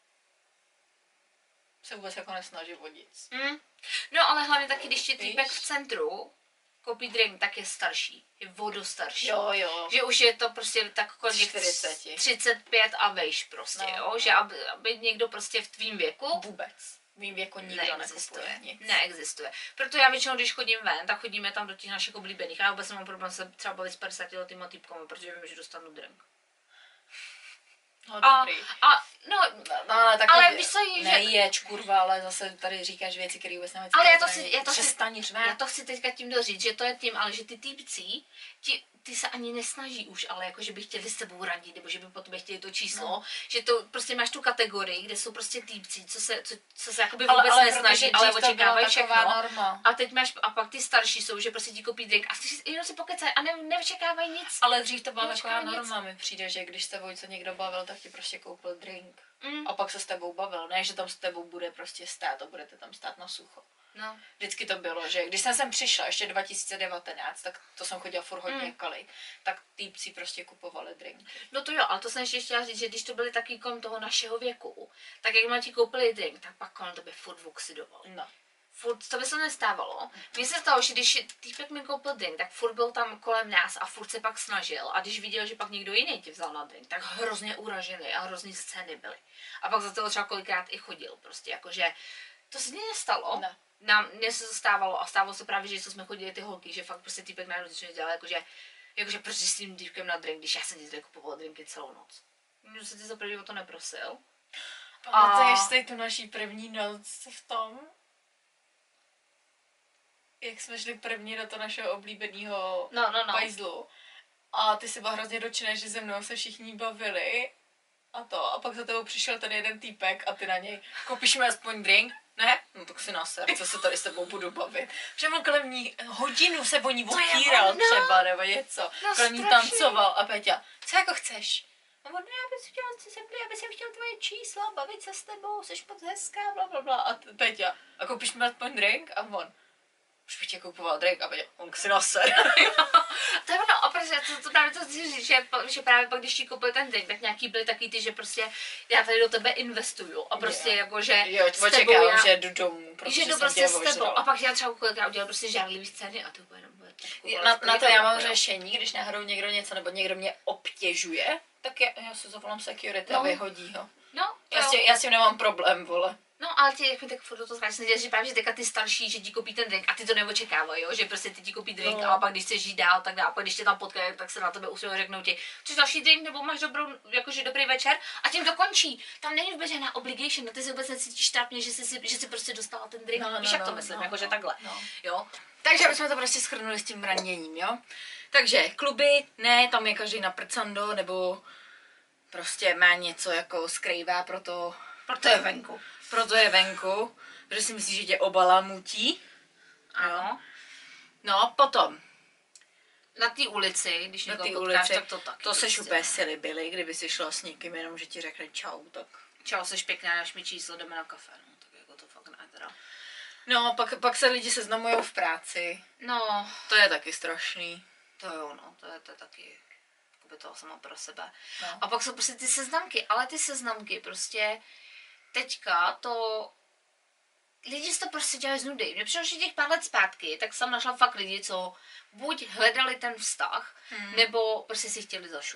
se vůbec jako nesnaží o nic.
Mm. No ale hlavně taky, když ti
Víš?
týpek v centru koupí drink, tak je starší. Je vodu starší.
Jo, jo.
Že už je to prostě tak kolem těch
čtyřicet.
třicet pět a vejš prostě,
No.
jo? Že aby, aby někdo prostě v tvým věku
Vůbec. V mým věku nikdo
neexistuje.
nekupuje nic.
Neexistuje. Proto já většinou, když chodím ven, tak chodíme tam do těch našich oblíbených. Já vůbec nemám problém se třeba bavit s padesátiletýma týpkama, protože vím, že dostanu drink.
No,
A,
dobrý.
a no,
No, ale tak
ale
to-
víš co, že-
Neječ, kurva, ale zase tady říkáš věci, které vůbec nemají.
Ale já to chci- já to chci-
Přestaň řvát.
já to chci teďka tím doříct, že to je tím, ale že ty týpci, ti, ty se ani nesnaží už, ale jako, že by chtěli s tebou randit, nebo že by po tobě chtěli to číslo,
No.
že to prostě máš tu kategorii, kde jsou prostě týpci, co se, co, co se jakoby
Ale-
vůbec
ale
nesnaží,
protože
ale
dřív to byla
očekávají
taková
všechno.
norma.
A teď máš, a pak ty starší jsou, že prostě ti koupí drink a ty jenom si pokecají a ne, neočekávají nic.
Ale dřív to byla
Neočekávají
taková
nic.
norma, mi přijde, že když s tebou se někdo bavil, tak ti prostě koupil drink.
Mm,
A pak se s tebou bavil, ne, že tam s tebou bude prostě stát a budete tam stát na sucho.
no.
Vždycky to bylo, že když jsem sem přišla, ještě dva tisíce devatenáct, tak to jsem chodila furt hodně
Mm.
kali, tak týpci prostě kupovali drinky.
No to jo, ale to jsem ještě chtěla říct, že když to byli taky kolem toho našeho věku, tak jak ti koupili drink, tak pak kolem tebe furt voxidoval.
No.
Furt, to by se nestávalo. Mně se stalo, že když týpek mi koupil drink, tak furt byl tam kolem nás a furt se pak snažil. A když viděl, že pak někdo jiný ti vzal na drink, tak hrozně uražený a hrozný scény byly. A pak za toho třeba kolikrát i chodil. Prostě jakože to se mně nestalo.
Ne.
Nám, mně se to stávalo a stávalo se právě, že co jsme chodili ty holky, že fakt prostě týpek najednou začal dělat, jakože, jakože proč jsi s tím týpkem na drink, když já jsem ti tady kupovala drinky celou noc. Mně se ty za první o to neprosil.
Pamatuješ si tu naší první noc v tom? Jak jsme šli první do toho našeho oblíbeného
No, no, no.
pajzlu. A ty si byla hrozně dočená, že se mnou se všichni bavili. A to. A pak za tebou přišel ten jeden týpek a ty na něj, koupíš mi aspoň drink? Ne? No tak si naser, co se tady s tebou budu bavit. Protože on kolem ní hodinu se o ní
To je
otíral
ono.
třeba, nebo něco.
No,
kolem ní
strašný.
tancoval a Peťa, co jako chceš? A on, ne, já bych chtěla se sem, já bych chtěl tvoje čísla, bavit se s tebou, jsi moc hezká, bla, bla, bla. A t- Peťa, a koupíš mi aspoň drink? A on, už bych tě kupoval drink. A Peťa, on si naser.
To je ono, a prostě to, to právě to chci říct, že, že právě pak, když ti koupili ten drink, tak nějaký byly taky ty, že prostě já tady do tebe investuju a prostě
Jo.
jako, že
Jo,
s tebou
očekávám,
já,
že jdu domů, protože
že jdu
jsem
prostě
tě
s tebou
ožrala.
a pak já třeba kolikrát udělal prostě žárlivý scény a to úplně nebude.
Na, na to já mám řešení, když náhodou někdo něco, nebo někdo mě obtěžuje, tak já, já se zavolám security
No.
a vyhodí ho.
No,
Já
jo.
s, tím, já s tím nemám problém, vole.
No, ale ty, jak mi tak furt do toho zkáže, že právě, že teďka ty starší, že ti koupí ten drink a ty to neočekávají, jo? Že prostě ty ti koupí drink
No.
a pak když chceš jít dál, tak dál, a pak když tě tam potkají, tak se na tebe usmějí a řeknou ti, chceš další drink nebo máš dobrou, jakože dobrý večer a tím to končí. Tam není vůbec žádná obligation, no ty si vůbec necítíš trapně, že jsi, si- že jsi prostě dostala ten drink,
No, no,
víš jak to
no,
myslím,
no,
jakože
no,
takhle,
no.
jo?
Takže aby jsme to prostě shrnuli s tím randěním, jo. Takže kluby, ne, tam je každý na prcando, nebo prostě má něco jako skrývá, proto,
Proto je venku.
proto je venku, protože si myslí, že tě obalamutí.
Ano.
No, potom,
Na té ulici, když
na
někoho
té
potkáš,
ulici,
tak to taky.
to seš
prostě.
úplně sily byly, kdyby si šla s někým jenom, že ti řekne čau, tak...
Čau, seš pěkná, dáš mi číslo, jdeme na kafe, no, tak jako to fakt ne teda.
No, pak, pak se lidi seznamujou v práci,
No,
to je taky strašný.
to jo, no, to je, to je taky jakoby to samo pro sebe.
No.
A pak jsou prostě ty seznamky, ale ty seznamky prostě teďka to lidi si to prostě dělají z nudy. Mě přišlo, že těch pár let zpátky, tak jsem našla fakt lidi, co buď hledali ten vztah, hmm. nebo prostě si chtěli zašukat.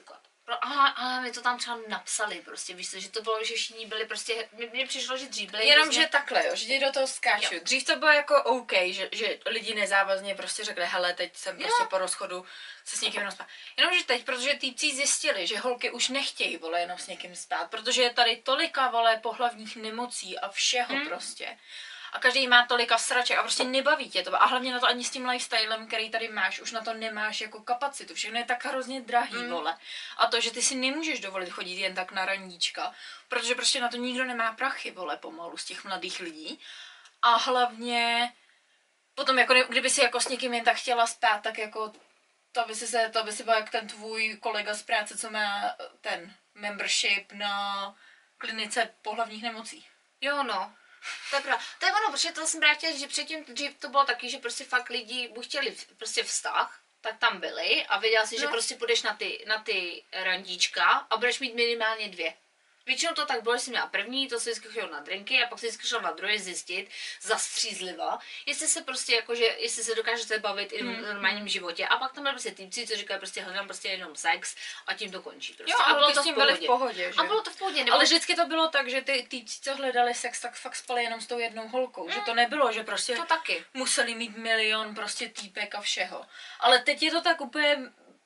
Pro, aha, ale my to tam třeba napsali prostě, víš co, že to bylo, že všichni byli prostě, mně přišlo, že dřív byli
Jenom,
hrozně...
že takhle, jo, že ti do toho skáču. Jo. Dřív to bylo jako OK, že, že lidi nezávazně prostě řekli, hele, teď jsem prostě jo. po rozchodu se s někým jenom spát. Jenomže teď, protože týpci zjistili, že holky už nechtějí, vole, jenom s někým spát, protože je tady tolika, vole, pohlavních nemocí a všeho hmm. prostě. A každý má tolika sraček a prostě nebaví tě to. A hlavně na to ani s tím lifestylem, který tady máš, už na to nemáš jako kapacitu. Všechno je tak hrozně drahý, mm. vole. A to, že ty si nemůžeš dovolit chodit jen tak na randíčka, protože prostě na to nikdo nemá prachy, vole, pomalu z těch mladých lidí. A hlavně potom, jako kdyby si jako s někým jen tak chtěla spát, tak jako to by si se, to by si byl jak ten tvůj kolega z práce, co má ten membership na klinice pohlavních nemocí.
Jo, no. To je pravda. To je ono, protože to jsem právě chtěla, že předtím dřív to bylo taky, že prostě fakt lidi buď chtěli prostě vztah, tak tam byli a věděla si, no. že prostě půjdeš na ty, na ty randíčka a budeš mít minimálně dvě. Většinou to tak bylo, že jsi měla první, to si vždycky chodil na drinky a pak si vždycky šel na druhé zjistit, zastřízliva, jestli se prostě jakože, jestli se dokážete bavit i v
Hmm.
normálním životě. A pak tam byly prostě týpci, co říkají prostě hledám prostě jenom sex a tím to končí. Prostě.
Jo, a,
a bylo to
s tím
v
byli
pohodě.
v pohodě, že?
A bylo to v pohodě. Nebo...
Ale vždycky to bylo tak, že ty týpci, co hledali sex, tak fakt spali jenom s tou jednou holkou. Mm. Že to nebylo, že prostě
to taky.
museli mít milion prostě týpek a všeho. Ale teď je to tak úplně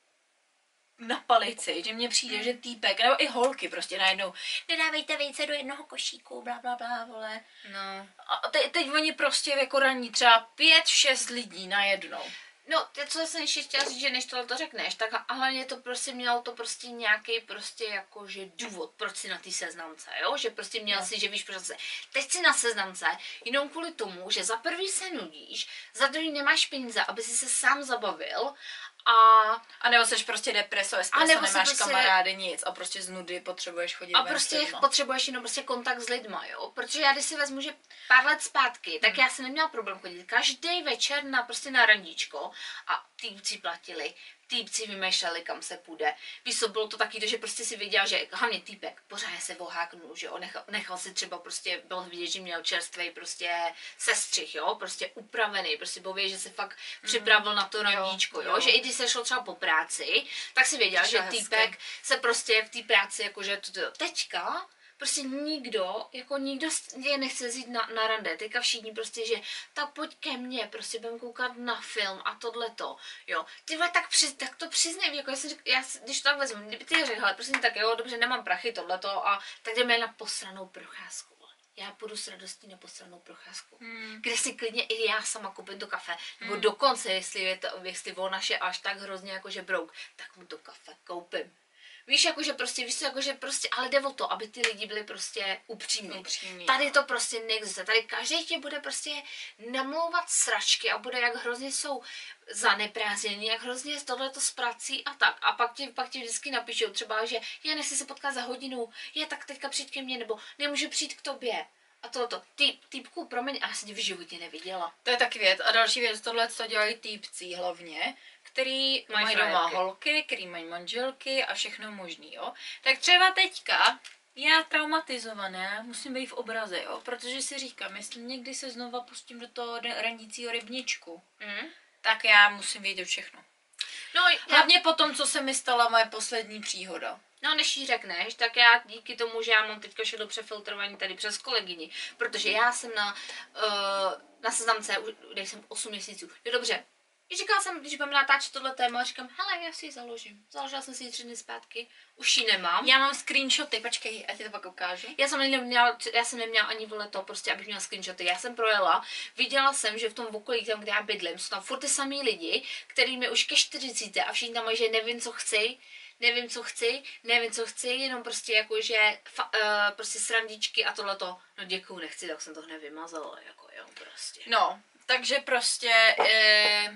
na palici, že mně přijde, mm. že týpek, nebo i holky prostě najednou, nedávejte vejce do jednoho košíku, bla bla bla, vole.
No.
A te, teď oni prostě jako raní třeba pět, šest lidí najednou.
No, to, co jsem ještě chtěla říct, že než tohle to řekneš, tak a hlavně to prostě mělo to prostě nějaký prostě jakože důvod, proč si na té seznamce, jo? Že prostě měl no. si, že víš prostě, teď si na seznamce, jenom kvůli tomu, že za prvý se nudíš, za druhý nemáš peníze, aby si se sám zabavil a...
A nebo seš prostě depreso, espresso, nemáš prostě... kamarády, nic a prostě z nudy potřebuješ chodit
a prostě potřebuješ jenom prostě kontakt s lidma, jo, protože já když si vezmu, že pár let zpátky, tak hmm. já jsem neměla problém chodit každý večer na prostě na randíčko a týpci platili, týpci vymýšleli, kam se půjde. Víš co, bylo to taky to, že prostě si viděl, že hlavně týpek pořád se voháknul, že jo, nechal, nechal si třeba prostě, bylo vidět, že měl čerstvý prostě sestřih, jo, prostě upravený, prostě byl vědět, že se fakt mm. připravil na to randíčko, jo, jo, že i když se šel třeba po práci, tak si věděl, že hezky. Týpek se prostě v té práci, jakože to, to, teďka, prostě nikdo, jako nikdo je nechce jít na, na rande, teďka všichni prostě, že tak pojď ke mně, prostě budeme koukat na film a tohleto, jo. Ty vole, tak, při, tak to přiznej, jako já jsem řekl, já, když to tak vezmu, kdyby ty řekl, ale prostě tak jo, dobře, nemám prachy, tohleto a tak jdeme na posranou procházku. Já půjdu s radostí na posranou procházku, hmm. kde si klidně i já sama koupím to kafe, nebo hmm. dokonce, jestli, je to, jestli on naše až tak hrozně jakože brouk, tak mu to kafe koupím. Víš, jakože prostě, víš co, jakože prostě, ale jde o to, aby ty lidi byli prostě upřímní. upřímní. Tady to prostě neexistuje. Tady každý tě bude prostě namlouvat sračky a bude, jak hrozně jsou zaneprázdnění, jak hrozně tohleto s prací a tak. A pak ti, pak ti vždycky napíšou třeba, že já nechci se potkat za hodinu, je tak teďka přijď ke mně, nebo nemůžu přijít k tobě. A tohleto, Ty, týpku, promiň, já jsem tě v životě neviděla.
To je taky věc. A další věc, tohle, co dělají týpci hlavně, který mají, mají doma holky, který mají manželky a všechno možný, jo. Tak třeba teďka, já traumatizovaná, musím být v obraze, jo, protože si říkám, jestli někdy se znova pustím do toho randícího rybníčku, mm. tak já musím vědět všechno. No, já... Hlavně po tom, co se mi stala moje poslední příhoda.
No, než ji řekneš, tak já díky tomu, že já mám teďka všechno přefiltrovaný tady přes kolegyni, protože já jsem na, uh, na seznamce, když jsem osm měsíců, jo dobře, říkala jsem, když budeme natáčet tohle téma, říkám, hele, já si ji založím. Založila jsem si ji tři dny zpátky, už ji nemám.
Já mám screenshoty, počkej, já ti to pak ukážu.
Já jsem neměla, já jsem neměla ani vole to, prostě, abych měla screenshoty. Já jsem projela, viděla jsem, že v tom okolí, tam, kde já bydlím, jsou tam furt ty samý lidi, který mi už ke čtyřicíti a všichni tam mají, že nevím, co chci, nevím, co chci, nevím, co chci, jenom prostě jako, že fa, uh, prostě srandičky a tohleto. No děkuju, nechci, tak jsem to hned vymazala, jako jo, prostě.
No, takže prostě... E...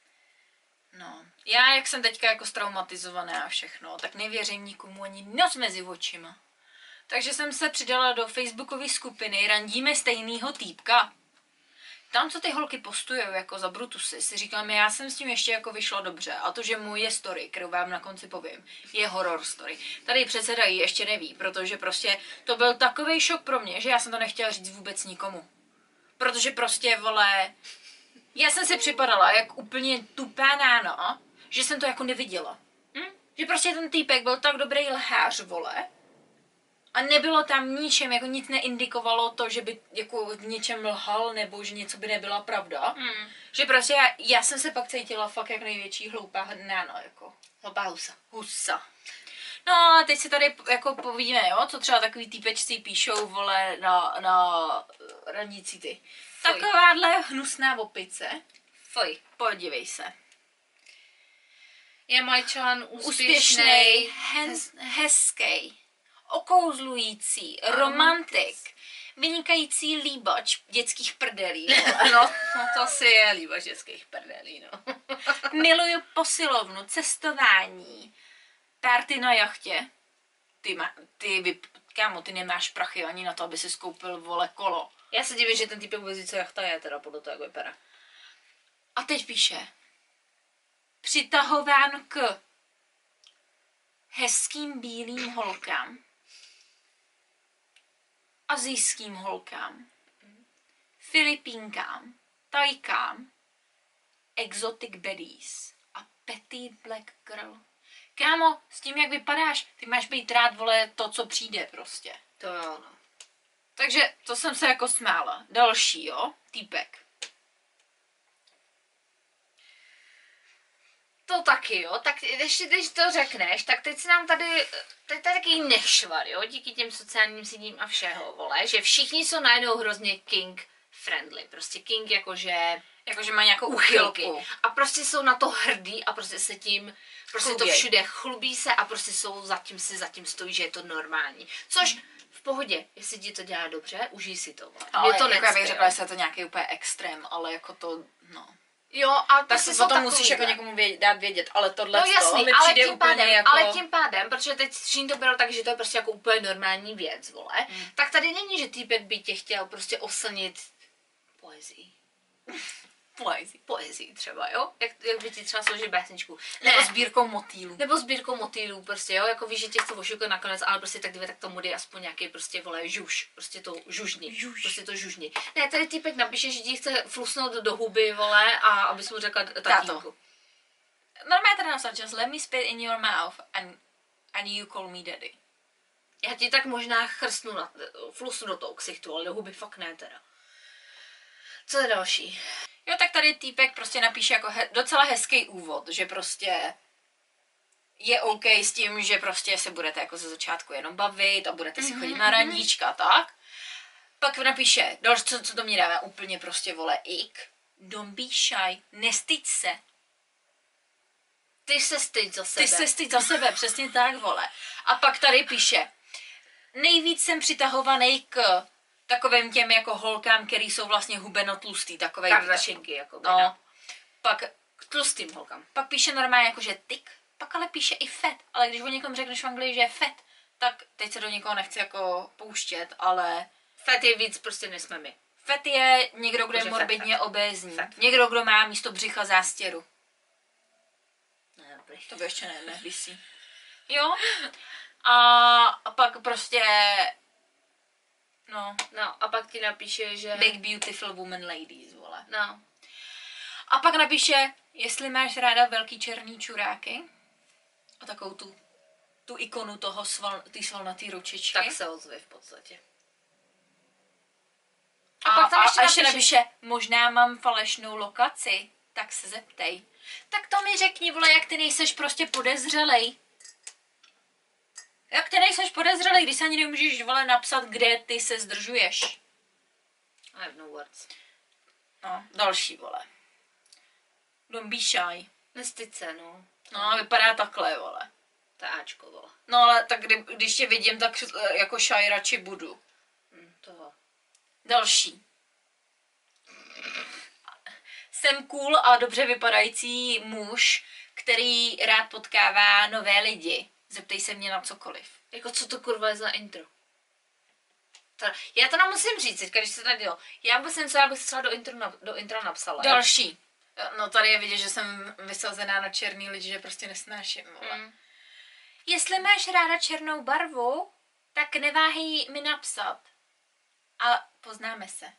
No, já jak jsem teďka jako straumatizovaná a všechno, tak nevěřím nikomu ani noc mezi očima. Takže jsem se přidala do facebookové skupiny Randíme stejnýho týpka. Tam, co ty holky postujou jako za brutusy, si říkám, já jsem s tím ještě jako vyšla dobře. A to, že moje story, kterou vám na konci povím, je horror story. Tady předsedají ještě neví, protože prostě to byl takovej šok pro mě, že já jsem to nechtěla říct vůbec nikomu. Protože prostě, vole... Já jsem si připadala jak úplně tupá náno, že jsem to jako neviděla. Hm? Že prostě ten týpek byl tak dobrý lhář, vole. A nebylo tam ničem, jako nic neindikovalo to, že by jako v něčem lhal, nebo že něco by nebyla pravda.
Hmm.
Že prostě já, já jsem se pak cítila fakt jak největší hloupá náno, jako.
Hloupá husa.
Husa. No a teď si tady jako povíme, jo, co třeba takový týpečci píšou, vole, na, na radnici ty.
Fuj.
Takováhle hnusná opice.
Fuj.
Podívej se.
Je Majčan úspěšný,
Úspěšný, hez, hezký, okouzlující, romantik, vynikající líbač dětských prdelí.
no, no to si je líbač dětských prdelí, no.
Miluju posilovnu, cestování, párty na jachtě. Ty, ma, ty vy, kámo, ty nemáš prachy ani na to, aby si skoupil, vole, kolo.
Já se divím, že ten týpek vůbec ví, co jachta je, teda podle toho, jak vypadá.
A teď píše. Přitahován k hezkým bílým holkám, asijským holkám, Filipínkám, Tajkám, exotic baddies a petite black girl. Kámo, s tím, jak vypadáš, ty máš být rád, vole, to, co přijde prostě.
To jo, no.
Takže to jsem se jako smála. Další, jo, týpek.
To taky, jo, tak když, když to řekneš, tak teď si nám tady, teď tady takový nešvar, jo, díky těm sociálním sítím a všeho, vole, že všichni jsou najednou hrozně king friendly, prostě king jakože,
Jakože má nějakou
uchylky.
uchylku.
A prostě jsou na to hrdí a prostě se tím, prostě
Chluběj.
to všude chlubí se a prostě jsou zatím si zatím stojí, že je to normální. Což v pohodě, jestli ti to dělá dobře, užij si to. Vole.
Ale
Mě to
jako já bych
necpe,
řekla,
jo.
že je to nějaký úplně extrém, ale jako to, no.
Jo, a
Tak
prostě
si
jsou
o tom musíš jako
takovýhle.
někomu vědět, dát vědět, ale tohle
No jasný,
mi
ale
přijde
tím,
úplně
pádem,
jako...
ale tím pádem, protože teď všichni to berou tak, že to je prostě jako úplně normální věc, vole,
Hmm.
tak tady není, že týpek by tě chtěl prostě oslnit poezii.
Poezí.
Poezii třeba, jo? Jak, jak by ti třeba složit básničku.
Nebo
Ne.
sbírkou motýlů.
Nebo sbírkou motýlů, prostě, jo, jako víš, že tě chce ošukat nakonec, ale prostě tak dvě, tak tomu dej aspoň nějaký prostě, vole, žuž, prostě to žužni,
Žuž.
prostě to žužni. Ne, tady týpek napíše, že ti chce flusnout do huby, vole, a abys mu řekla tatínku.
Normálně tady napsat, just let me spit in your mouth and, and you call me daddy.
Já ti tak možná chrstnu, na, flusnu do toho ksichtu, ale do huby fakt ne teda. Co je další?
Jo, tak tady týpek prostě napíše jako he, docela hezký úvod, že prostě je OK s tím, že prostě se budete jako ze začátku jenom bavit a budete si chodit na randíčka a tak. Pak napíše, další, co, co to mě dává úplně prostě, vole, ik. Don't be shy, nestyď se.
Ty se styď za sebe.
Ty se styď za sebe, přesně tak, vole. A pak tady píše, nejvíc jsem přitahovaný k takovým těm jako holkám, který jsou vlastně hubenotlustý, takovej.
Kardašinky, jako by,
No. Pak,
K tlustým holkám.
pak píše normálně jako, že tyk, pak ale píše i fat. Ale když o někom řekneš v Anglii, že je fat, tak teď se do někoho nechci jako pouštět, ale
Fet je víc prostě nesme my.
fat je někdo, kdo je
Takže
morbidně
fat,
obézní.
fat.
Někdo, kdo má místo břicha zástěru.
Ne, dobrý.
To by ještě ne, nevisí. Jo. A, a pak prostě, no,
No a pak ti napíše, že...
big beautiful woman ladies, vole.
No.
A pak napíše, jestli máš ráda velký černý čuráky a takovou tu, tu ikonu toho sval, ty svalnatý ručičky.
Tak se ozve v podstatě.
a,
A pak tam
a,
ještě
a ještě
napíše-
napíše, možná mám falešnou lokaci, tak se zeptej. Tak to mi řekni, vole, jak ty nejseš prostě podezřelej. Jak ty nejseš podezřelej, když se ani nemůžeš, vole, napsat, kde ty se zdržuješ.
I have no words.
No, další, vole. Don't be shy.
Nestyď se, no.
No, vypadá takhle, vole.
To je Ačko, vole.
No, ale tak kdy, když tě vidím, tak eh, jako shy radši budu.
Hm, toho.
Další. Jsem cool a dobře vypadající muž, který rád potkává nové lidi. Zeptej se mě na cokoliv.
Jako co to kurva je za intro? Teda, já to musím říct, teďka, když se tady dělo. Já vůbec nevím, co já bych třeba do intro, na, do intro napsala.
Další. No tady je vidět, že jsem vysazená na černý lidi, že prostě nesnáším. Vole.
Mm.
Jestli máš ráda černou barvu, tak neváhej mi napsat. A poznáme se.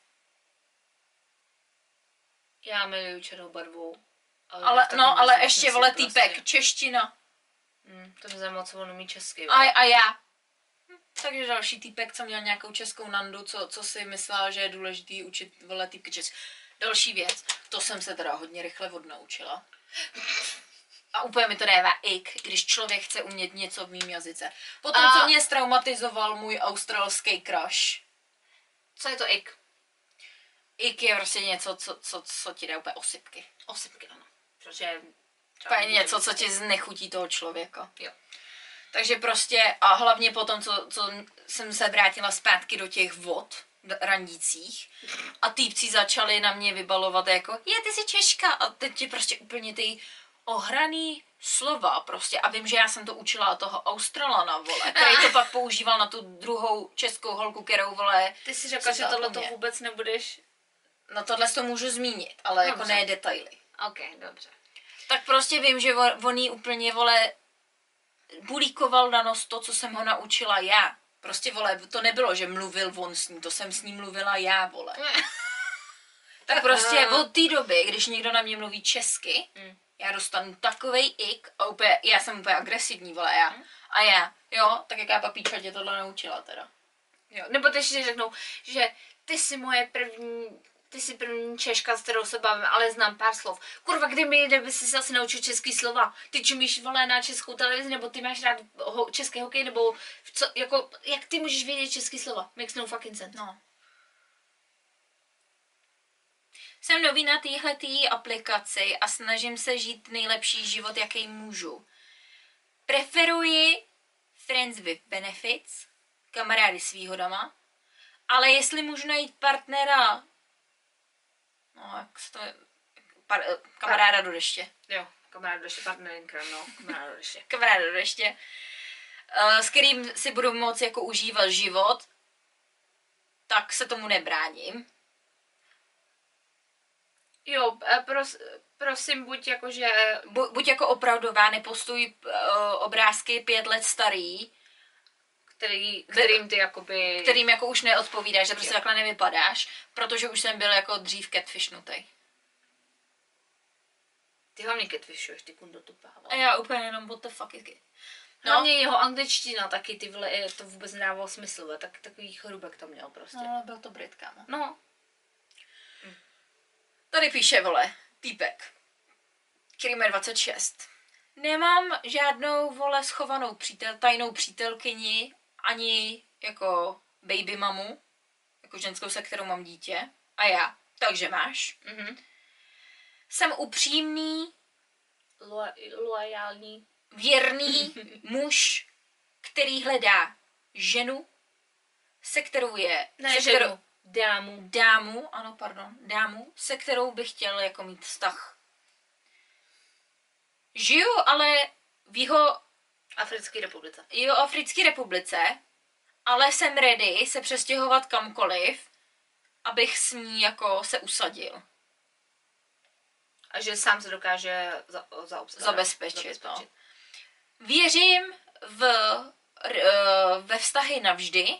Já miluju černou barvu.
Ale,
v
no,
takovém
ale
smyslu
ještě, vole,
prostě.
týpek, čeština.
Hmm, to mě moc on umí česky.
A, a já. Hm, takže další týpek, co měl nějakou českou nandu, co, co si myslel, že je důležitý učit, vole, týpky česky. Další věc, to jsem se teda hodně rychle odnaučila. A úplně mi to dává ik, když člověk chce umět něco v mým jazyce. Potom, a... co mě straumatizoval můj australský crush.
Co je to ik?
Ik je prostě něco, co, co, co ti dá úplně osypky.
Osypky, ano. Protože...
Úplně něco, co ti znechutí toho člověka.
Jo.
Takže prostě, a hlavně potom, co, co jsem se vrátila zpátky do těch vod randících a týpci začali na mě vybalovat jako, je, ty jsi Češka, a teď ti prostě úplně ty ohraný slova prostě. A vím, že já jsem to učila toho Australana, vole, který to pak používal na tu druhou českou holku, kterou, vole...
Ty jsi řekla, že tohle to vůbec nebudeš...
No tohle to můžu zmínit, ale dobře. Jako ne detaily.
Ok, dobře.
Tak prostě vím, že on, on jí úplně, vole, bulíkoval na nos to, co jsem ho naučila já. Prostě, vole, to nebylo, že mluvil on s ní, to jsem s ní mluvila já, vole. Tak prostě od té doby, když někdo na mě mluví česky, mm. já dostanu takovej ik a úplně, já jsem úplně agresivní, vole, já. Mm. A já, jo, tak jaká papíčka tě tohle naučila teda.
Jo, nebo teď si řeknou, že ty jsi moje první, ty jsi první Češka, s kterou se bavím, ale znám pár slov. Kurva, kdy mi jde, by si se asi naučil český slova? Ty čumíš, vole, na českou televizi, nebo ty máš rád ho, český hokej, nebo co, jako, jak ty můžeš vědět český slova? Makes no fucking sense.
No. Jsem nový na téhletý aplikaci a snažím se žít nejlepší život, jaký můžu. Preferuji friends with benefits, kamarády s výhodama, ale jestli můžu najít partnera, no jak se to je, par, kamaráda do deště.
Jo, kamaráda do deště, partnerinka, no, kamaráda do deště.
Kamaráda do deště, s kterým si budu moci jako užívat život, tak se tomu nebráním.
Jo, pros, prosím, buď jako, že...
Bu, buď jako opravdová, nepostuj uh, obrázky pět let starý,
který, kterým ty jakoby...
Kterým jako už neodpovídáš, že prostě takhle nevypadáš, protože už jsem byl jako dřív catfishnutej.
Ty hlavně catfishuješ, ty kundo tupá.
A já úplně jenom what the fuck is it.
No. Hlavně jeho angličtina taky, ty vole, to vůbec nedávalo smysl, tak, takový chorubek to měl prostě.
No, ale byl to Brit, kámo.
No.
Hm. Tady píše, vole, týpek, který má dvacet šest. Nemám žádnou, vole, schovanou přítel, tajnou přítelkyni, ani jako baby mamu, jako ženskou, se kterou mám dítě. A já. Takže máš.
Mhm.
Jsem upřímný,
Lo- loajální,
věrný muž, který hledá ženu, se kterou je...
Ne,
se
ženu.
Kterou,
dámu.
Dámu, ano, pardon, dámu, se kterou bych chtěl jako mít vztah. Žiju ale v jeho...
Africké republice.
Jo, Africké republice, ale jsem ready se přestěhovat kamkoliv, abych s ní jako se usadil.
A že sám se dokáže za, zaobstarat.
Zabezpečit. Zabezpečit. No. Věřím v, r, ve vztahy navždy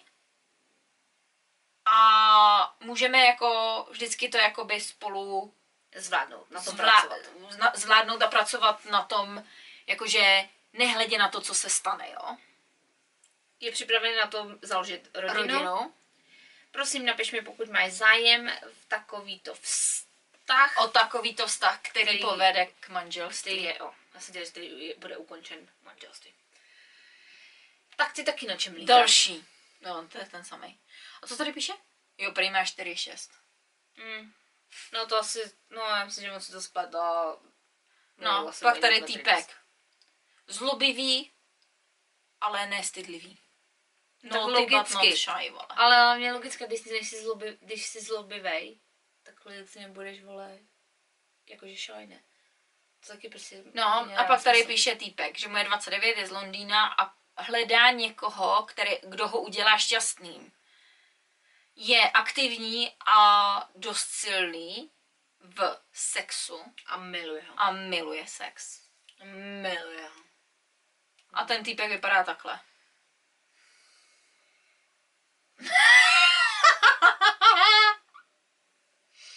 a můžeme jako vždycky to jakoby spolu
zvládnout, na tom
zvlá,
pracovat.
Zvládnout a pracovat na tom, jakože nehledě na to, co se stane, jo.
Je připravený na to založit rodinu.
rodinu.
Prosím, napiš mi, pokud máš zájem v takovýto vztah.
O takovýto vztah, který, který povede k manželství.
Který je, o, vlastně, který bude ukončen manželství. Tak ty taky na čem lítáš?
Další. No, to je ten samý. A co tady píše? Jo, prý má čtyři šest.
Mm. No to asi, no já myslím, že on si to spletl.
No, pak tady týpek. Zlobivý, ale nestydlivý.
No, logicky.
Shy, vole.
Ale mě logicky, když jsi, zlobi, když jsi zlobivej, tak logicky nebudeš, vole, jakože shy, ne? To taky prostě...
No, a pak tady smysl. Píše týpek, že mu je dvacet devět, je z Londýna a hledá někoho, který, kdo ho udělá šťastným. Je aktivní a dost silný v sexu.
A miluje ho.
A miluje sex.
Miluje ho.
A ten týpek vypadá takhle.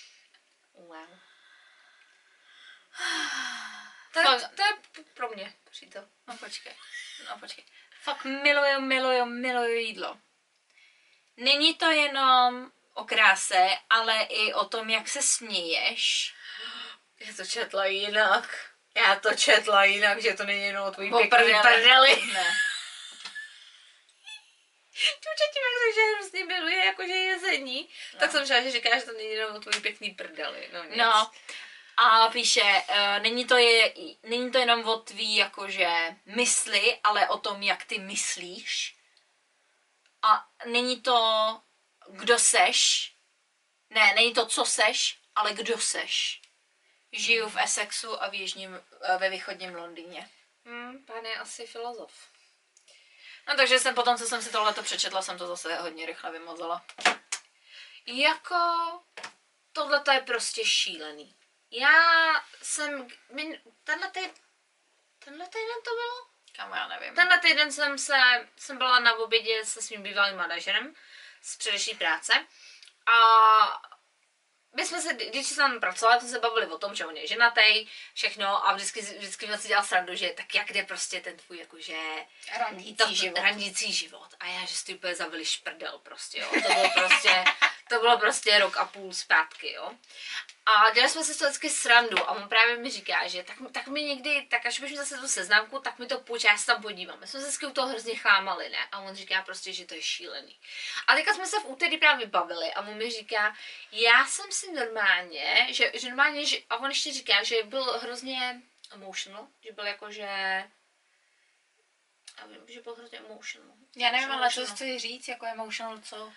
Wow. To, je, to je pro mě. Přijď to.
No počkej, no počkej. Fakt miluju, miluju, miluju jídlo. Není to jenom o kráse, ale i o tom, jak se směješ.
Já to četla jinak. Já to četla jinak, že to není jenom o tvojí
O
pěkný
prdeli.
prdeli.
Ne.
Čuče tím, jak to, že hrozně miluje jakože jezení, no. Tak jsem říkala, že říká, že to není jenom o tvojí pěkný prdeli. No, nic.
No. A píše, uh, není, to je, není to jenom o tvý jakože mysli, ale o tom, jak ty myslíš. A není to, kdo seš. Ne, není to, co seš, ale kdo seš. Žiju v Essexu a v jižním, ve východním Londýně.
Hmm, pán je asi filozof.
No takže jsem potom, co jsem si tohleto přečetla, jsem to zase hodně rychle vymazala.
Jako, tohle je prostě šílený. Já jsem, min, tenhle týden, tenhle týden to bylo?
Kámo, já nevím.
Tenhle týden jsem se, jsem byla na obědě se svým bývalým manažerem z předešlý práce a my jsme se, když jsme tam pracovali, jsme se bavili o tom, že on je ženatý, všechno a vždycky, vždycky jsme si dělali srandu, že tak jak jde prostě ten tvůj jakože
randící život.
randící život. A já, že jsi úplně zavili šprdel prostě, jo. To bylo prostě, to bylo prostě rok a půl zpátky, jo. A dělali jsme se to vždycky srandu a on právě mi říká, že tak, tak mi někdy, tak až mi zase tu seznamku, tak mi to půjč, já se tam podívám. My jsme se vždycky u toho hrozně chámali, ne? A on říká prostě, že to je šílený. A teďka jsme se v úterý právě bavili a on mi říká, já jsem si normálně, že, že normálně, že, a on ještě říká, že byl hrozně emotional, že byl jako, že, já vím, že byl hrozně emotional.
Já nevím, ale co chci říct, jako emotional, co?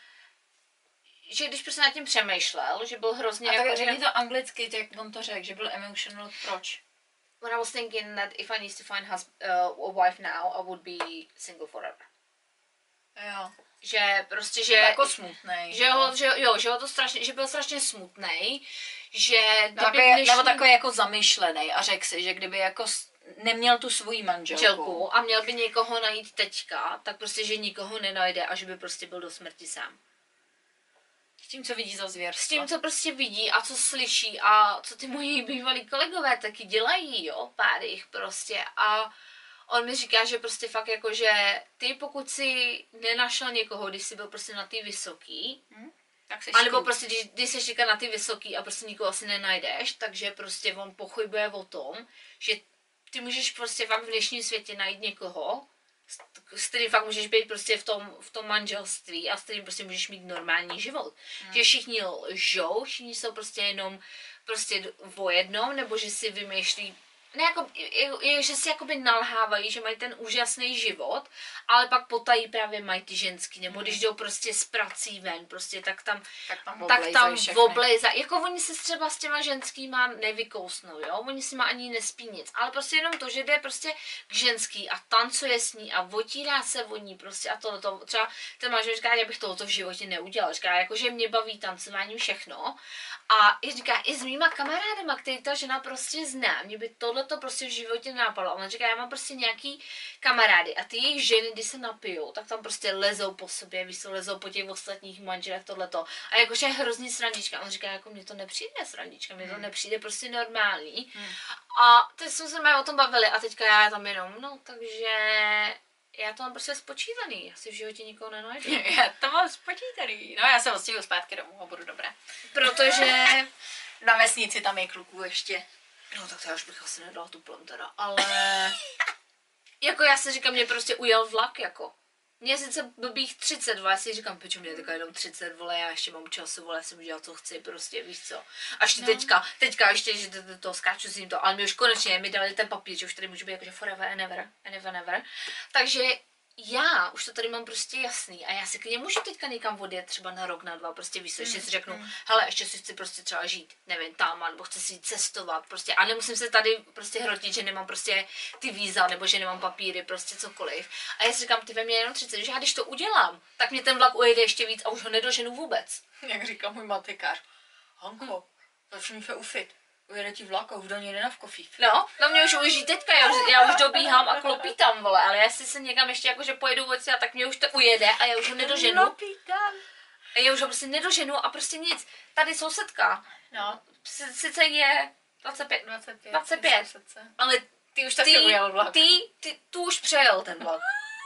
Že když prostě nad tím přemýšlel, že byl hrozně
a
jako,
tak
že...
řekni to anglicky, jak on to řekl, že byl emotional, proč?
When I was thinking that if I need to find hus- uh, a wife now, I would be single forever.
Jo.
Že prostě, že...
Jako smutnej.
Že ho, že, jo, že ho to strašně, že byl strašně smutnej, že...
No, takový, dnešní... Nebo takový jako zamyšlený a řekl si, že kdyby jako neměl tu svoji manželku.
manželku a měl by někoho najít teďka, tak prostě, že nikoho nenajde a že by prostě byl do smrti sám.
S tím, co vidí za zvěrstvo.
S tím, co prostě vidí a co slyší a co ty moji bývalí kolegové taky dělají, jo, pár jich prostě a on mi říká, že prostě fakt jako, že ty pokud si nenašel někoho, když jsi byl prostě na ty vysoký,
hmm? tak
a nebo prostě když, když jsi říká na ty vysoký a prostě nikoho asi nenajdeš, takže prostě on pochybuje o tom, že ty můžeš prostě fakt v dnešním světě najít někoho, s kterým fakt můžeš být prostě v tom, v tom manželství a s kterým prostě můžeš mít normální život. Hmm. Že všichni lžou, všichni jsou prostě jenom prostě o jednom, nebo že si vymýšlí, ne jako, je, je, že si jakoby nalhávají, že mají ten úžasný život, ale pak potají právě mají ty ženský, nebo hmm. když jdou prostě z prací ven, prostě tak tam,
tak tam
oblejzají, oblejza. Jako oni se třeba s těma ženskýma nevykousnou, jo, oni si má ani nespí nic, ale prostě jenom to, že jde prostě k ženský a tancuje s ní a otírá se o ní prostě a tohleto, třeba ten manžel říká, já bych tohoto v životě neudělal, říká, jako, že mě baví tancování všechno a i říká, i s mýma kamarádama, který ta žena prostě zná, mě by tohle to prostě v životě nenapadlo. A on říká, já mám prostě nějaký kamarády a ty jejich ženy, když se napijou, tak tam prostě lezou po sobě, víš co, lezou po těch ostatních manželech, tohleto. A jakože je hrozný srandička. On říká, jako mně to nepřijde srandička, mně to
hmm.
nepřijde prostě normální.
Hmm.
A teď jsme se o tom bavili a teďka já tam jenom, no takže já to mám prostě spočítaný, já si v životě nikoho nenajdu.
Já to mám spočítaný. No já se odstěhuju zpátky domů a budu dobré.
Protože
na vesnici tam je kluků ještě.
No tak to já už bych asi nedala tu plem teda, ale jako já si říkám, mě prostě ujel vlak, jako. Mně sice blbých třicet, vole, já si říkám, proč mě je taková jenom třicet, vole, já ještě mám času, vole, já jsem dělala, co chci, prostě, víš co. Až no. teďka, teďka ještě, že to, to, to skáču s ním to, ale mi už konečně, mi dali ten papír, že už tady může být jakože forever and ever, and ever, never. Takže já už to tady mám prostě jasný a já si k němu můžu teďka někam odjet třeba na rok, na dva, prostě víš, ještě mm, si řeknu, mm. hele, ještě si chci prostě třeba žít, nevím, tam, nebo chci si cestovat, prostě a nemusím se tady prostě hrotit, že nemám prostě ty víza, nebo že nemám papíry, prostě cokoliv. A já si říkám, ty ve mně jenom třicet, že já když to udělám, tak mě ten vlak ujede ještě víc a už ho nedoženu vůbec.
Jak říká můj matikář, Hanko, začni se ufit. Ujede ti vlak a už do něj jde na vkofív.
No, no mě už ujíždí teďka, já už, já už dobíhám a klopítám, vole, ale jestli se někam ještě jakože pojedu odsaď, tak mě už to ujede a já už ho nedoženu.
Klopítám.
A já už ho prostě nedoženu a prostě nic. Tady sousedka,
no,
sice je dvacet pět,
dvacet pět,
dvacet pět, ale
Ty už taky ujel vlak.
Ty, ty, tu už přejel ten vlak.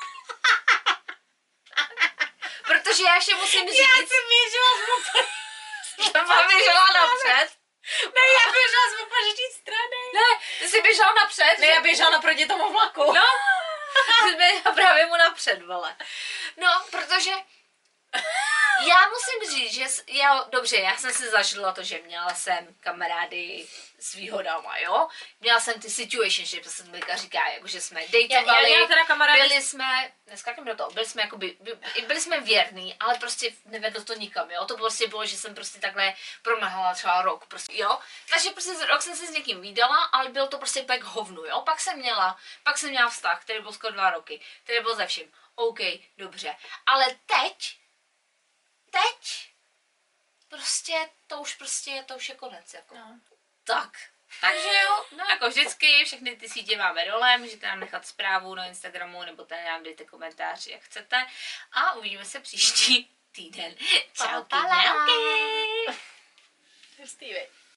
Protože já ještě musím říct...
Já jsem běžela z mopedu.
Jsem vám běžela napřed.
Ne, já běžela z opačné strany.
Ne, ty jsi běžela napřed.
Ne, já běžela naproti tomu vlaku.
No, ty jsi běžela právě mu napřed, vole. No, protože... Já musím říct, že s- já, dobře, já jsem si zažila to, že měla jsem kamarády s výhodama, jo? Měla jsem ty situationship, to se Milka říká, jako že jsme dejtovali,
Já- já teda kamarády-
byli jsme, neskákám do toho, byli jsme jakoby, by, byli jsme věrní, ale prostě nevedlo to nikam, jo? To prostě bylo, že jsem prostě takhle promrhala třeba rok, prostě, jo? Takže prostě za rok jsem se s někým vídala, ale bylo to prostě pak hovnu, jo? Pak jsem měla, pak jsem měla vztah, který byl skoro dva roky, který byl ze vším. OK, dobře, ale teď teď prostě to už prostě, to už je konec, jako.
No.
Tak. Takže jo, no jako vždycky, všechny ty sítě máme dole, můžete nám nechat zprávu na Instagramu, nebo tady nám dejte komentář, jak chcete. A uvidíme se příští týden. Čau,
Pa, pa, la.
kýňáky.
Hustý, vej.